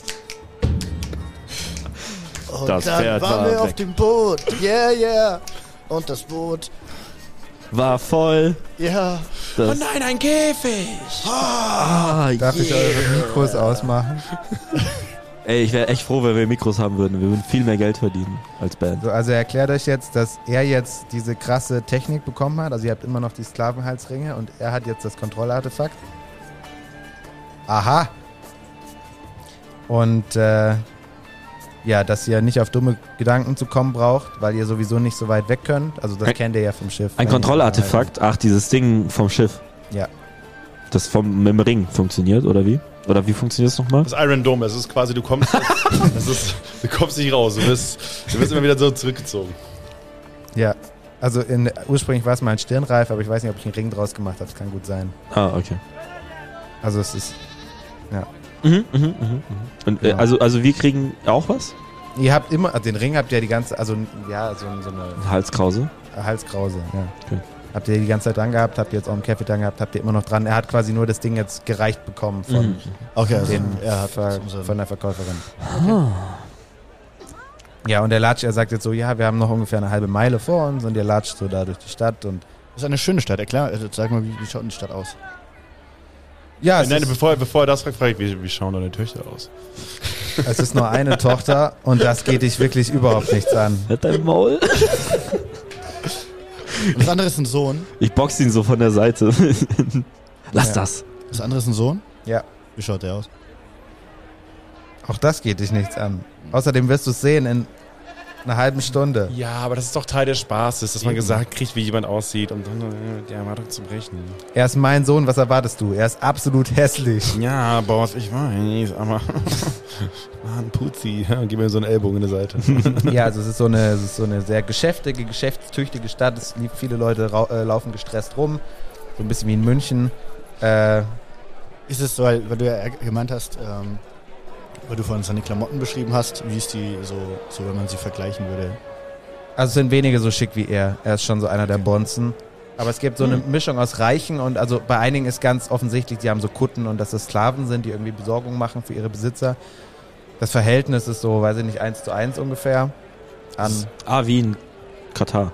und das dann Pferd waren war wir auf weg. dem Boot. Yeah, yeah. Und das Boot. War voll. Ja. Das Nein, ein Käfig! Darf ich eure Mikros ausmachen? Ey, ich wäre echt froh, wenn wir Mikros haben würden. Wir würden viel mehr Geld verdienen als Band. So, also er erklärt euch jetzt, dass er jetzt diese krasse Technik bekommen hat. Also ihr habt immer noch die Sklavenhalsringe und er hat jetzt das Kontrollartefakt. Aha. Und ja, dass ihr nicht auf dumme Gedanken zu kommen braucht, weil ihr sowieso nicht so weit weg könnt. Also das kennt ihr ja vom Schiff. Ein Kontrollartefakt? Ach, dieses Ding vom Schiff. Ja. Das mit dem Ring funktioniert, oder wie? Oder wie funktioniert das nochmal? Das Iron Dome, es ist quasi, du kommst nicht raus, du wirst immer wieder so zurückgezogen. Ja. Also ursprünglich war es mal ein Stirnreif, aber ich weiß nicht, ob ich einen Ring draus gemacht habe. Das kann gut sein. Ah, okay. Also es ist... Und, Ja. also wir kriegen auch was? Ihr habt immer... Also den Ring habt ihr die ganze... Also ja, so eine... Halskrause. Halskrause, ja. Okay. Habt ihr die ganze Zeit dran gehabt, habt ihr jetzt auch im Kaffee dran gehabt, habt ihr immer noch dran. Er hat quasi nur das Ding jetzt gereicht bekommen von, Okay, also er hat von der Verkäuferin. Ja, und er sagt jetzt so, ja, wir haben noch ungefähr eine halbe Meile vor uns und ihr latscht so da durch die Stadt und Das ist eine schöne Stadt. Erklär, sag mal, wie schaut denn die Stadt aus? ja, Nein, bevor er das fragt, frage ich, wie schauen deine Töchter aus? es ist nur eine Tochter und das geht dich wirklich überhaupt nichts an. Hat dein Maul? Und das andere ist ein Sohn. Ich box ihn so von der Seite. Lass Ja. das. Das andere ist ein Sohn. Ja, Wie schaut der aus? auch das geht dich nichts an. Außerdem wirst du es sehen in einer halben Stunde. Ja, aber das ist doch Teil des Spaßes, dass man gesagt kriegt, wie jemand aussieht und dann die Erwartung zu brechen. Er ist mein Sohn, was erwartest du? Er ist absolut hässlich. Ja, Boss, ich weiß, aber Mann, Putzi, ja, gib mir so einen Ellbogen in die Seite. Ja, also es ist so eine sehr geschäftstüchtige Stadt. Viele Leute laufen gestresst rum. So ein bisschen wie in München. Ist es, weil du ja gemeint hast, weil du vorhin seine Klamotten beschrieben hast, wie ist die so wenn man sie vergleichen würde? Also es sind wenige so schick wie er. Er ist schon so einer der Bonzen. Aber es gibt so eine Mischung aus Reichen und also bei einigen ist ganz offensichtlich, die haben so Kutten und dass das Sklaven sind, die irgendwie Besorgung machen für ihre Besitzer. Das Verhältnis ist so, weiß ich nicht, 1:1 ungefähr. Wie in Katar.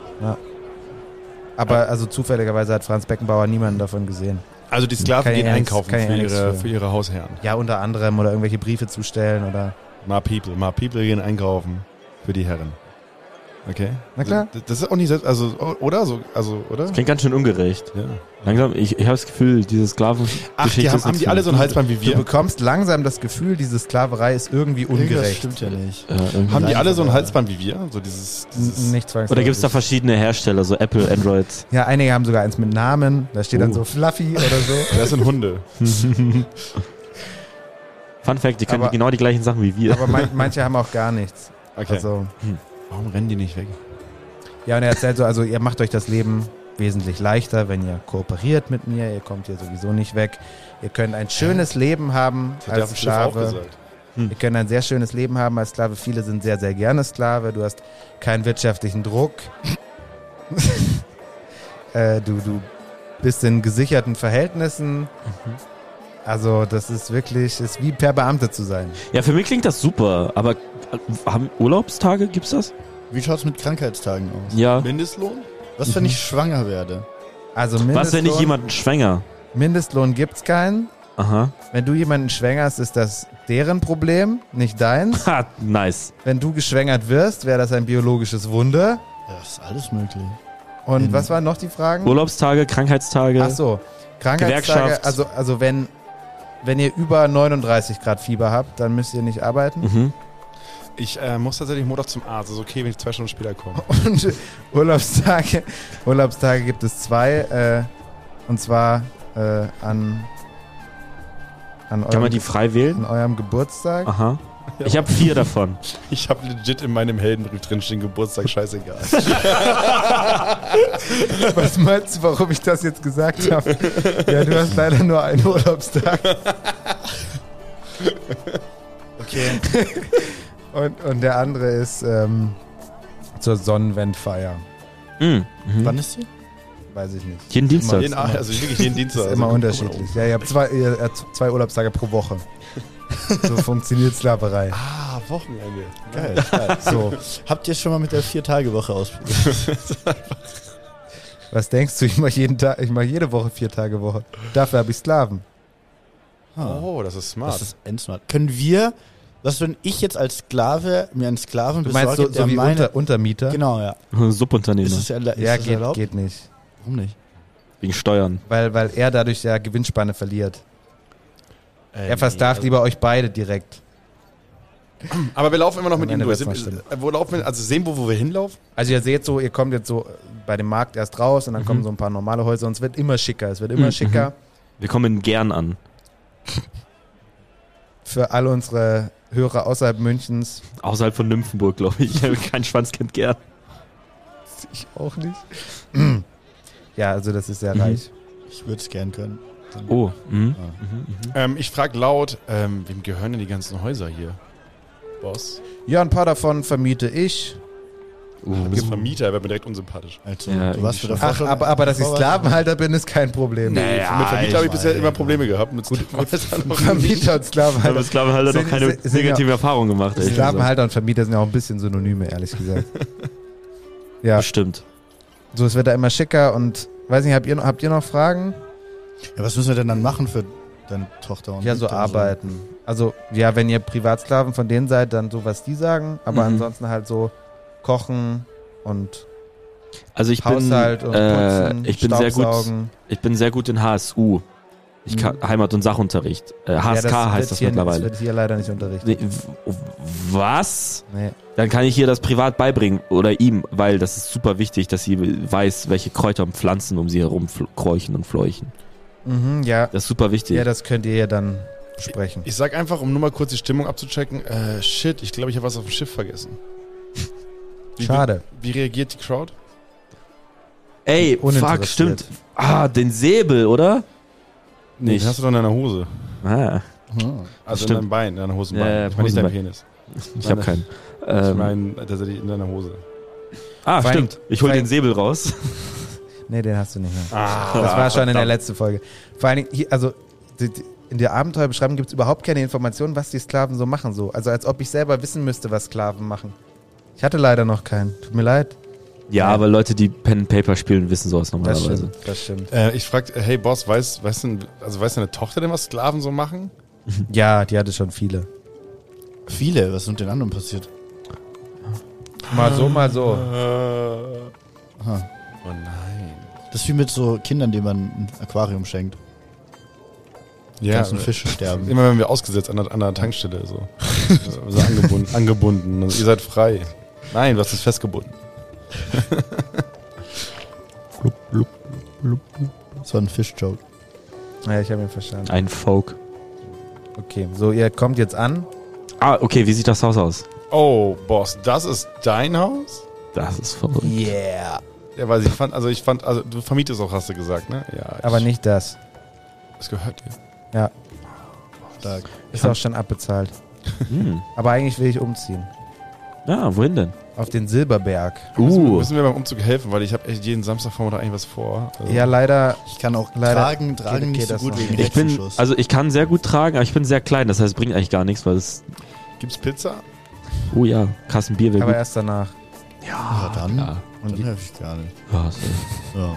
Aber also zufälligerweise hat Franz Beckenbauer niemanden davon gesehen. Also die Sklaven Kann ich gehen ja nichts- einkaufen kann ich ja nichts für ihre Hausherren. Ja, unter anderem oder irgendwelche Briefe zustellen oder... My people gehen einkaufen für die Herren. Okay. Na klar. Das ist auch nicht selbst, also, oder? Oder? Das klingt ganz schön ungerecht. Ja. Langsam, ich habe das Gefühl, diese Sklavengeschichte Haben die alle so einen Halsband wie Du wir? bekommst langsam das Gefühl, diese Sklaverei ist irgendwie Das ungerecht. stimmt ja nicht. Haben die alle so ein Halsband wie wir? So dieses Nicht zwangsläufig. Oder gibt es da verschiedene Hersteller, so Apple, Android? Ja, einige haben sogar eins mit Namen. Da steht dann so Fluffy oder so. das sind Hunde. Fun Fact, die können Aber- genau die gleichen Sachen wie wir. Aber manche haben auch gar nichts. Okay. Also, Warum rennen die nicht weg? ja, und er erzählt so, also ihr macht euch das Leben wesentlich leichter, wenn ihr kooperiert mit mir. Ihr kommt hier sowieso nicht weg. Ihr könnt ein schönes Leben haben Das hat der auf als dem Schiff auch Sklave. gesagt. Ihr könnt ein sehr schönes Leben haben als Sklave. Viele sind sehr, sehr gerne Sklave. Du hast keinen wirtschaftlichen Druck. Du bist in gesicherten Verhältnissen. Also das ist wirklich, ist wie per Beamte zu sein. Ja, für mich klingt das super, aber haben Urlaubstage, gibt's das? Wie schaut's mit Krankheitstagen aus? Ja. Mindestlohn? Was, wenn ich schwanger werde? Also Was, wenn ich jemanden schwänger? Mindestlohn gibt's keinen. Aha. Wenn du jemanden schwängerst, ist das deren Problem, nicht deins. Ha, nice. Wenn du geschwängert wirst, wäre das ein biologisches Wunder. Ja, das ist alles möglich. Und was waren noch die Fragen? Urlaubstage, Krankheitstage. Ach so, Krankheitstage, Gewerkschaft. also wenn ihr über 39 Grad Fieber habt, dann müsst ihr nicht arbeiten. Mhm. Ich muss tatsächlich Montag zum Arzt. Ist okay, wenn ich 2 Stunden später komme. Und Urlaubstage gibt es 2, und zwar an Kann man die frei wählen? eurem Geburtstag. Aha. Ich habe 4 davon. Ich habe legit in meinem Heldenbrief drinstehen, Geburtstag, scheißegal. Was meinst du, warum ich das jetzt gesagt habe? Ja, du hast leider nur einen Urlaubstag. Okay. Und der andere ist zur Sonnenwendfeier. Mhm. Wann ist sie? Weiß ich nicht. Jeden Dienstag. Also wirklich jeden Dienstag. Ist immer unterschiedlich. Ja, ihr habt 2 Urlaubstage pro Woche. So funktioniert Sklaverei. Ah, Wochenende. Geil. So, Habt ihr schon mal mit der 4-Tage-Woche ausprobiert? was denkst du? Ich mache jede Woche 4 Tage Woche. Dafür habe ich Sklaven. Oh, das ist smart. Das ist endsmart. Können wir, was wenn ich jetzt als Sklave mir einen Sklaven Du meinst besorge, so wie meine... Untermieter? Genau, ja. Subunternehmer. Ist das Ja, das erlaubt? geht nicht. Warum nicht? Wegen Steuern. Weil er dadurch ja Gewinnspanne verliert. Er versklavt lieber euch beide direkt. Aber wir laufen immer noch Am mit ihm Ende durch. wird's noch Wo laufen wir? Also sehen, wo wir hinlaufen? Also ihr seht so, ihr kommt jetzt so bei dem Markt erst raus und dann kommen so ein paar normale Häuser und es wird immer schicker. Es wird immer schicker. Wir kommen gern an. Für alle unsere Hörer außerhalb Münchens. Außerhalb von Nymphenburg, glaube ich. Kein Schwanz kennt gern. Ich auch nicht. Ja, also das ist sehr reich. Ich würde es gern können. Oh. Mhm. Ich frage laut, wem gehören denn die ganzen Häuser hier? Boss? Ja, ein paar davon vermiete ich. Du bist Vermieter, wäre mir direkt unsympathisch. Also, Ja, du warst mir irgendwie davor Ach, schon... aber dass ich davor Sklavenhalter bin, ist kein Problem. Mit Vermieter habe ich bisher immer Probleme gehabt. Mit Vermieter und Ich Sklavenhalter. habe mit Sklavenhalter noch keine sind negative Erfahrung gemacht. ehrlich gesagt. Sklavenhalter und Vermieter sind ja auch ein bisschen Synonyme, ehrlich gesagt. Ja, Bestimmt. so es wird da immer schicker und weiß nicht, habt ihr noch Fragen? Ja, was müssen wir denn dann machen für deine Tochter? Und Ja, so Nichte und arbeiten. Also, ja, wenn ihr Privatsklaven von denen seid, dann so, was die sagen. Aber ansonsten halt so kochen und Also ich bin, Haushalt und Putzen, ich bin sehr gut. Staubsaugen. Ich bin sehr gut in HSU. Ich kann Heimat- und Sachunterricht. HSK heißt das hier, mittlerweile. Das wird hier leider nicht unterrichtet. Nee, was? Nee. Dann kann ich ihr das privat beibringen oder ihm, weil das ist super wichtig, dass sie weiß, welche Kräuter und Pflanzen um sie herum kräuchen und fleuchen. Mhm, ja. Das ist super wichtig. Ja, das könnt ihr ja dann besprechen. Ich sag einfach, um nur mal kurz die Stimmung abzuchecken, shit, ich glaube, ich habe was auf dem Schiff vergessen. Schade. Wie reagiert die Crowd? Ey, fuck, Uninteressiert. stimmt. Ah, den Säbel, oder? Nee, den hast du doch in deiner Hose. Ah, Also Stimmt. in deinem Bein, in deiner Hosenbein. Ja, ich meine nicht dein Hosenbein. Penis. ich habe keinen. Ich meine tatsächlich in deiner Hose. Ah, Vor allem- stimmt. Ich hol vor allem- den Säbel raus. Nee, den hast du nicht mehr. Ah, Das war schon in der verdammt. letzten Folge. Vor allen Dingen, hier, also in der Abenteuerbeschreibung gibt es überhaupt keine Informationen, was die Sklaven so machen. So. Also als ob ich selber wissen müsste, was Sklaven machen. Ich hatte leider noch keinen. Tut mir leid. Ja, aber Leute, die Pen and Paper spielen, wissen sowas Das normalerweise. stimmt. Das stimmt. Ich frag, hey Boss, weiß deine Tochter denn, was Sklaven so machen? Ja, die hatte schon viele. Viele, was ist mit den anderen passiert? Mal so, mal so. Aha. Oh nein. Das ist wie mit so Kindern, denen man ein Aquarium schenkt. Die ganzen Fische sterben. Immer wenn wir ausgesetzt an der Tankstelle. So angebunden. Also, ihr seid frei. Nein, du hast es festgebunden. Blub, blub, blub, blub. Das war ein Fisch-Joke. Ja, ich habe ihn verstanden. Ein Folk. Okay, so, ihr kommt jetzt an. Ah, okay, wie sieht das Haus aus? Oh, Boss, das ist dein Haus? Das ist verrückt. Yeah. Ja, weil ich fand, du vermietest auch, hast du gesagt, ne? Ja. Aber nicht das. Das gehört dir. Ja, Stark. ist auch schon abbezahlt. Aber eigentlich will ich umziehen. Ja, wohin denn? Auf den Silberberg. Müssen wir beim Umzug helfen, weil ich habe echt jeden Samstagvormittag eigentlich was vor. Also Ja, leider. Ich kann auch Leider tragen nicht so das gut noch wegen nicht. Ich kann sehr gut tragen, aber ich bin sehr klein, das heißt, es bringt eigentlich gar nichts, weil es... Gibt's Pizza? Oh ja, Kassenbier wäre Aber gut. erst danach. Ja, dann. Ja. Und dann helfe ich gar nicht. Ja, so. Ja.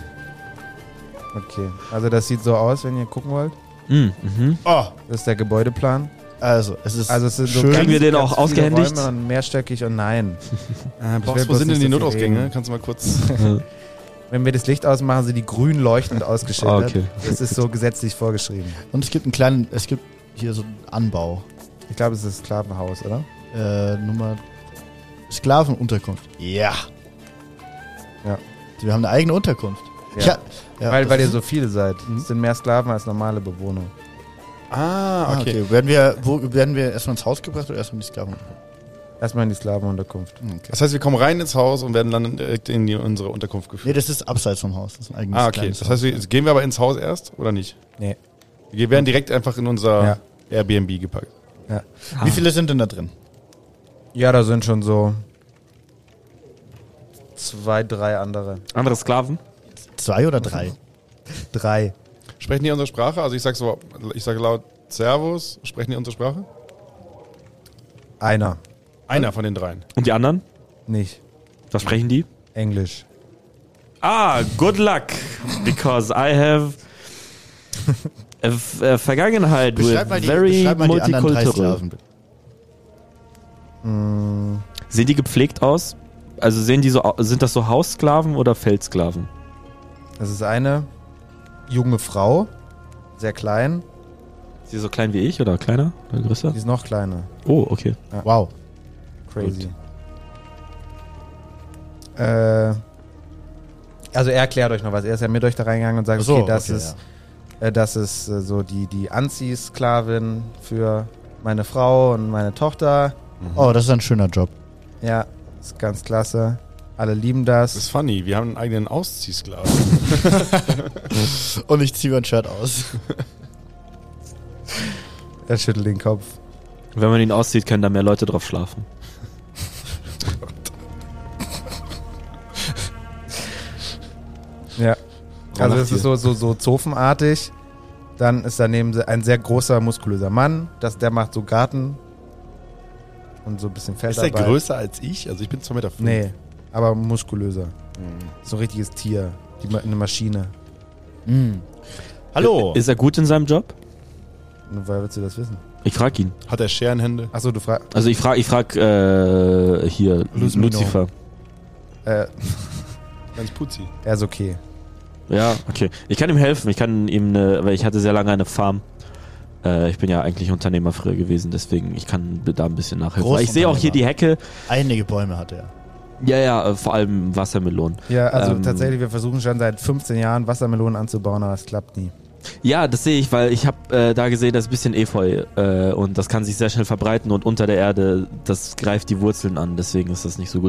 Okay. Also das sieht so aus, wenn ihr gucken wollt. Mhm. Oh, Das ist der Gebäudeplan. also es ist Also es sind so schön. Kriegen wir den auch viele ausgehändigt? Räume und mehrstöckig und nein. Boss, will wo bloß sind denn nicht die so viel Notausgänge? reden. Kannst du mal kurz... Wenn wir das Licht ausmachen, sind die grün leuchtend ausgeschildert. Okay. Das ist so gesetzlich vorgeschrieben. Und es gibt hier so einen Anbau. Ich glaube, es ist das Sklavenhaus, oder? Nummer Sklavenunterkunft. Ja. Ja. Wir haben eine eigene Unterkunft. Ja. Ja, weil das ihr ist- so viele seid. Es sind mehr Sklaven als normale Bewohner. Ah, okay. Werden wir erstmal ins Haus gebracht oder erstmal in die Sklavenunterkunft? Erstmal in die Sklavenunterkunft. Okay. Das heißt, wir kommen rein ins Haus und werden dann direkt in unsere Unterkunft Nee, geführt. das ist abseits vom Haus. Das ist ein eigenes Okay. kleines Das heißt, Haus. gehen wir aber ins Haus erst oder nicht? Nee. Wir werden direkt einfach in unser Ja. Airbnb gepackt. Ja. Wie viele sind denn da drin? Ja, da sind schon so 2, 3 andere. Andere Sklaven? 2 oder 3? 3. Sprechen die unsere Sprache? Also ich sage laut Servus, sprechen die unsere Sprache? Einer. Einer von den dreien. Und die anderen? Nicht. Was sprechen die? Englisch. Ah, good luck, because I have a Vergangenheit with Beschreib mal die anderen 3 multicultural. Sklaven. bitte. Sehen die gepflegt aus? Also sind das so Haussklaven oder Feldsklaven? Das ist eine junge Frau. Sehr klein. Ist die so klein wie ich oder kleiner oder größer? Die ist noch kleiner. Oh, okay. Wow. Crazy. Also er erklärt euch noch was. Er ist ja mit euch da reingegangen und sagt, Ach so, okay, das okay, ist so die Anziehsklavin für meine Frau und meine Tochter. Oh, das ist ein schöner Job. Ja, ist ganz klasse. Alle lieben Das ist das. funny, wir haben einen eigenen Ausziehsklaven. Und ich ziehe mein Shirt aus. Er schüttelt den Kopf. Wenn man ihn auszieht, können da mehr Leute drauf schlafen. Ja. Also es lacht ist so zofenartig. Dann ist daneben ein sehr großer, muskulöser Mann. Der macht so Garten und so ein bisschen Ist Feldarbeit. der größer als ich? Also ich bin 2,5 Meter. Nee, aber muskulöser. So ein richtiges Tier. Eine Maschine. Hallo. Ist er gut in seinem Job? Woher willst du das wissen? Ich frag ihn. Hat er Scherenhände? Achso, du fragst. Also ich frag hier Luzmino. Lucifer. Ganz putzi. Er ist okay. Ja, okay. Ich kann ihm helfen. Ich kann ihm weil ich hatte sehr lange eine Farm. Ich bin ja eigentlich Unternehmer früher gewesen, deswegen ich kann da ein bisschen nachhelfen. Großunternehmer. Ich sehe auch hier die Hecke. Einige Bäume hat er. Ja, vor allem Wassermelonen. Ja, also tatsächlich, wir versuchen schon seit 15 Jahren Wassermelonen anzubauen, aber es klappt nie. Ja, das sehe ich, weil ich habe da gesehen, das ist ein bisschen Efeu und das kann sich sehr schnell verbreiten und unter der Erde, das greift die Wurzeln an, deswegen ist das nicht so gut.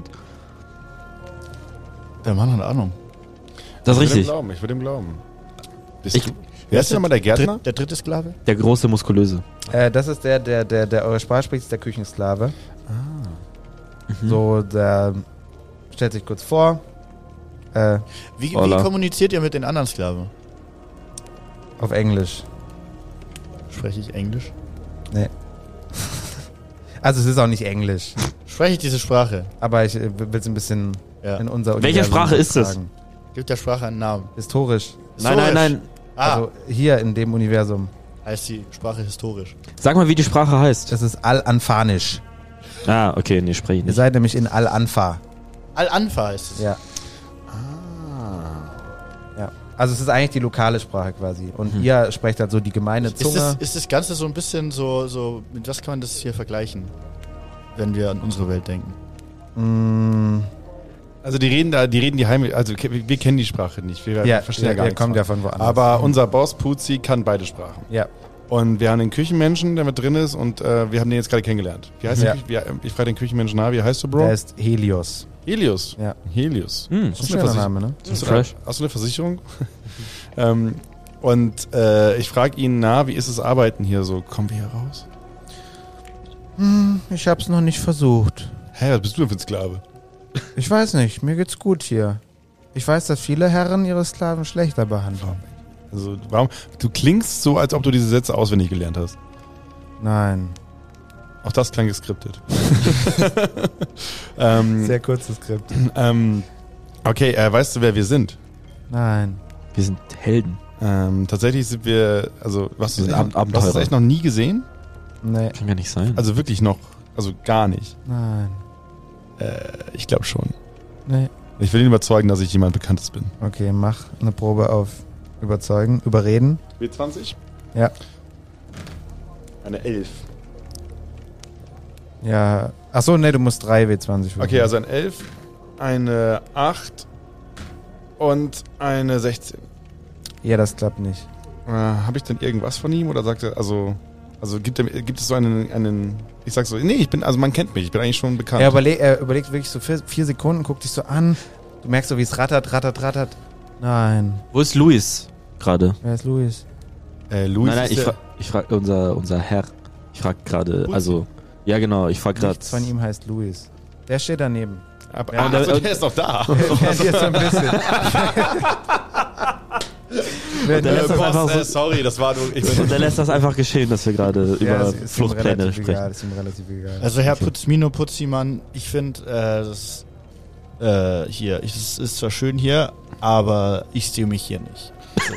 Der Mann hat Ahnung. Das ist richtig. Ich würde ihm glauben. Ich- Wer ist denn nochmal der Gärtner? Der dritte Sklave? Der große Muskulöse. Das ist der eure Sprache spricht, ist der Küchensklave. So, der stellt sich kurz vor. Wie Hola. kommuniziert ihr mit den anderen Sklaven? Auf Englisch. Spreche ich Englisch? Also es ist auch nicht Englisch, Spreche ich diese Sprache? aber ich will es ein bisschen Ja. in unser Welche Universum Sprache ist es? tragen. Gibt der Sprache einen Namen? Historisch. Nein. Also hier in dem Universum. Heißt die Sprache historisch? Sag mal, wie die Sprache heißt. Das ist Al-Anfanisch. Ah, okay, nee, spreche ich Ihr nicht. seid nämlich in Al-Anfa. Al-Anfa ist es. Ja. Ja. Also es ist eigentlich die lokale Sprache quasi. Und ihr sprecht halt so die gemeine Zunge. Ist das Ganze so ein bisschen so, mit was kann man das hier vergleichen, wenn wir an unsere Welt denken? Also die reden die Heim, also wir kennen die Sprache nicht, wir verstehen ja gar nichts. kommt ja von woanders. Aber unser Boss Puzi kann beide Sprachen. Ja. Und wir haben den Küchenmenschen, der mit drin ist, und wir haben den jetzt gerade kennengelernt. Wie heißt ich frage den Küchenmenschen nach, wie heißt du, Bro? Der ist Helios. Helios. Ja. Helios. Das ist ein schöner Name, ne? Hast du eine Versicherung? Und ich frage ihn, wie ist das Arbeiten hier so? Kommen wir hier raus? Ich hab's noch nicht versucht. Hä, was bist du denn für ein Sklave? Ich weiß nicht, mir geht's gut hier. Ich weiß, dass viele Herren ihre Sklaven schlechter behandeln. Also, warum? Du klingst so, als ob du diese Sätze auswendig gelernt hast. Nein. Auch das klang geskriptet. Sehr kurzes Skript. Okay, weißt du, wer wir sind? Nein. Wir sind Helden. Tatsächlich sind wir, also, Wir sind Abenteurer. hast du das echt noch nie gesehen? Nee. Kann gar nicht sein. Also wirklich noch, also gar nicht. Nein. Ich glaube schon. Nee. Ich will ihn überzeugen, dass ich jemand Bekanntes bin. Okay, mach eine Probe auf überreden. W20? Ja. Eine 11. Ja. Achso, nee, du musst 3 W20 würfeln. Okay, also eine 11, eine 8 und eine 16. Ja, das klappt nicht. Habe ich denn irgendwas von ihm oder sagt er, also gibt es so einen, ich sag so, nee, man kennt mich, ich bin eigentlich schon bekannt. Er überlegt wirklich so 4 Sekunden, guckt dich so an. Du merkst so, wie es rattert. Nein. Wo ist Luis gerade? Wer ist Luis? Luis Nein, ist ich frage unser Herr. Ich frage gerade, also, ja genau, ich frage gerade. Nichts von ihm heißt Luis. Der steht daneben. der ist doch da. Während ihr so ein bisschen... Der lässt das einfach so, sorry, das war nur... und der lässt das einfach geschehen, dass wir gerade über Fluchtpläne sprechen. Ist ihm relativ egal. Also Herr Puzzimann, ich finde, das hier, es ist zwar schön hier, aber ich sehe mich hier nicht.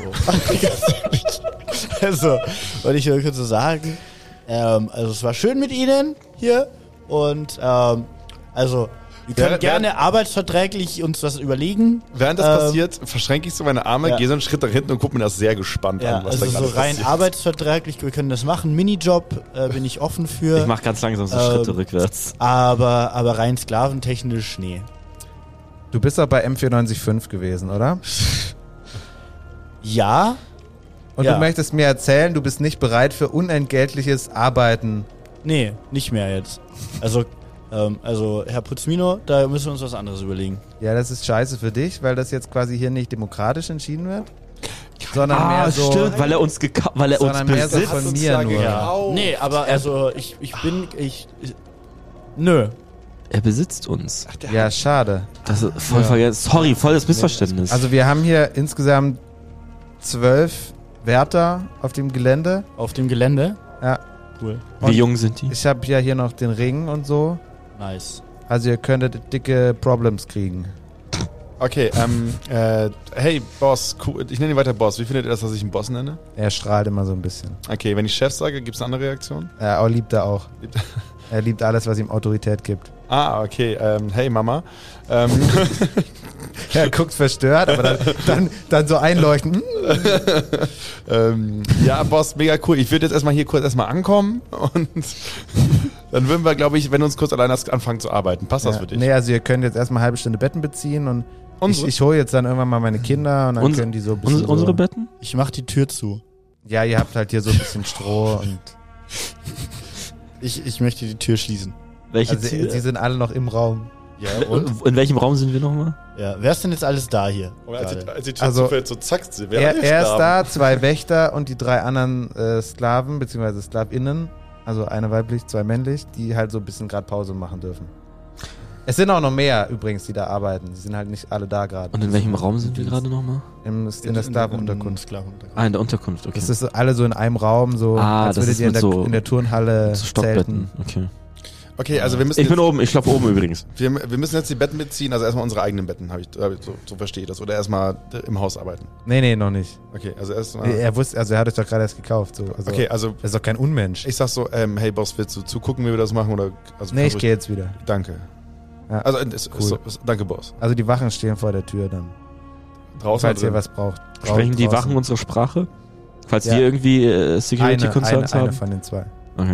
So. Also, wollte ich nur kurz so sagen, also es war schön mit Ihnen hier und also wir können gerne arbeitsverträglich uns was überlegen. Während das passiert, verschränke ich so meine Arme, gehe so einen Schritt nach hinten und gucke mir das sehr gespannt an, was also da gerade so rein passiert. Arbeitsvertraglich, wir können das machen. Minijob bin ich offen für. Ich mache ganz langsam so Schritte rückwärts. Aber rein sklaventechnisch, nee. Du bist doch bei M945 gewesen, oder? Ja. Und du möchtest mir erzählen, du bist nicht bereit für unentgeltliches Arbeiten. Nee, nicht mehr jetzt. Also Herr Putzmino, da müssen wir uns was anderes überlegen. Ja, das ist scheiße für dich, weil das jetzt quasi hier nicht demokratisch entschieden wird. Sondern mehr so... stimmt, weil er uns mehr so besitzt. von mir nur. Ja. Nee, aber also nö. Er besitzt uns. Ja, schade. Das ist voll vergessen. Sorry, voll das Missverständnis. Also wir haben hier insgesamt 12 Wärter auf dem Gelände. Auf dem Gelände? Ja. Cool. Wie jung sind die? Ich habe ja hier noch den Ring und so. Nice. Also ihr könntet dicke Problems kriegen. Okay, hey Boss, cool. Ich nenne ihn weiter Boss. Wie findet ihr das, dass ich ihn Boss nenne? Er strahlt immer so ein bisschen. Okay, wenn ich Chef sage, gibt es eine andere Reaktion? Ja, liebt er auch. Er liebt alles, was ihm Autorität gibt. Okay, hey Mama. Er guckt verstört, aber dann so einleuchten. Ja, Boss, mega cool. Ich würde jetzt erstmal hier kurz ankommen und dann würden wir, glaube ich, wenn uns kurz alleine anfangen zu arbeiten. Passt das für dich? Nee, also ihr könnt jetzt erstmal eine halbe Stunde Betten beziehen und ich hole jetzt dann irgendwann mal meine Kinder und dann können die so ein bisschen unsere Betten? Ich mach die Tür zu. Ja, ihr habt halt hier so ein bisschen Stroh und... Ich möchte die Tür schließen. Welche Also sie sind alle noch im Raum. Ja, und? In welchem Raum sind wir nochmal? Ja, wer ist denn jetzt alles da hier? Und als die Tür Also, zufällt, so zack, er ist da, 2 Wächter und die 3 anderen Sklaven, beziehungsweise SklavInnen, also eine weiblich, 2 männlich, die halt so ein bisschen gerade Pause machen dürfen. Es sind auch noch mehr übrigens, die da arbeiten. Sie sind halt nicht alle da gerade. Und in welchem Raum sind wir gerade nochmal? In der Sklavenunterkunft. In der Unterkunft, okay. Das ist so alle so in einem Raum, so als würdet ihr in der Turnhalle so Stockbetten, zelten. okay. Okay, also wir müssen Ich bin oben, ich schlafe oben übrigens. wir müssen jetzt die Betten mitziehen, also erstmal unsere eigenen Betten, so verstehe ich das. Oder erstmal im Haus arbeiten. Nee, noch nicht. Okay, also erstmal. Er wusste, also er hat es doch gerade erst gekauft. So. Also, Okay, also er ist doch kein Unmensch. ich sag so, hey Boss, willst du zugucken, wie wir das machen? Oder, also Nee, ich gehe jetzt wieder. Danke. Ja. Also Cool. danke, Boss. Also die Wachen stehen vor der Tür dann. Draußen Falls ihr drin? was braucht. Sprechen die Draußen. Wachen unsere Sprache? Falls Ja. die irgendwie Security Concerns eine haben? von den zwei. Okay.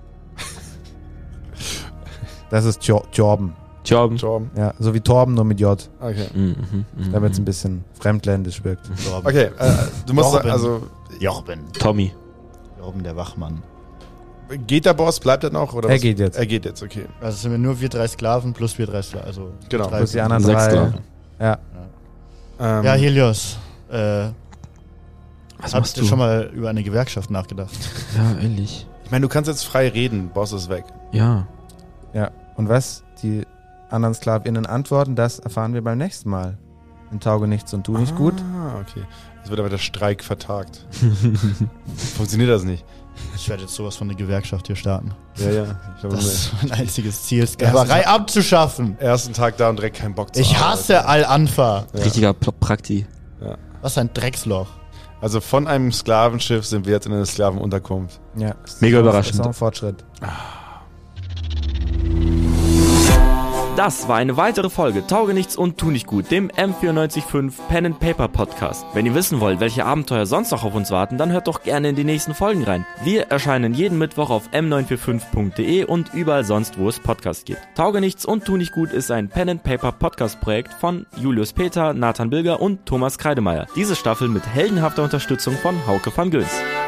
Das ist Jorben. Jorben. Jorben. Ja, so wie Torben, nur mit J. Okay. Damit es ein bisschen fremdländisch wirkt. Okay, du musst Jorben. also Jorben. Tommy. Jorben, der Wachmann. geht der Boss, bleibt er noch? Oder Er was? geht jetzt. Er geht jetzt, okay. Also sind wir nur wir 3 Sklaven plus wir 3 Sklaven. Also Genau. drei- Plus die anderen 6 drei. Sklaven. Ja. Ja, Helios. Was Habt machst ihr du? schon mal über eine Gewerkschaft nachgedacht? Ja, ehrlich. Ich meine, du kannst jetzt frei reden, Boss ist weg. Ja. Ja. Und was die anderen SklavInnen antworten, das erfahren wir beim nächsten Mal. In Tauge nichts und tu nicht gut. Ah, okay. Jetzt wird aber der Streik vertagt. Funktioniert das nicht? Ich werde jetzt sowas von der Gewerkschaft hier starten. Ja. Ich Das ist mein einziges Ziel, Sklaverei abzuschaffen. ersten Tag da und direkt keinen Bock zu Ich arbeiten. hasse Al-Anfa. Ja. Richtiger Prakti. Was ein Drecksloch. Also von einem Sklavenschiff sind wir jetzt in einer Sklavenunterkunft. Ja. Mega Ist überraschend. auch ein Fortschritt. Das war eine weitere Folge Tauge nichts und tu nicht gut, dem M945 Pen and Paper Podcast. Wenn ihr wissen wollt, welche Abenteuer sonst noch auf uns warten, dann hört doch gerne in die nächsten Folgen rein. Wir erscheinen jeden Mittwoch auf m945.de und überall sonst, wo es Podcasts gibt. Tauge nichts und tu nicht gut ist ein Pen and Paper Podcast Projekt von Julius Peter, Nathan Bilger und Thomas Kreidemeier. Diese Staffel mit heldenhafter Unterstützung von Hauke van Göns.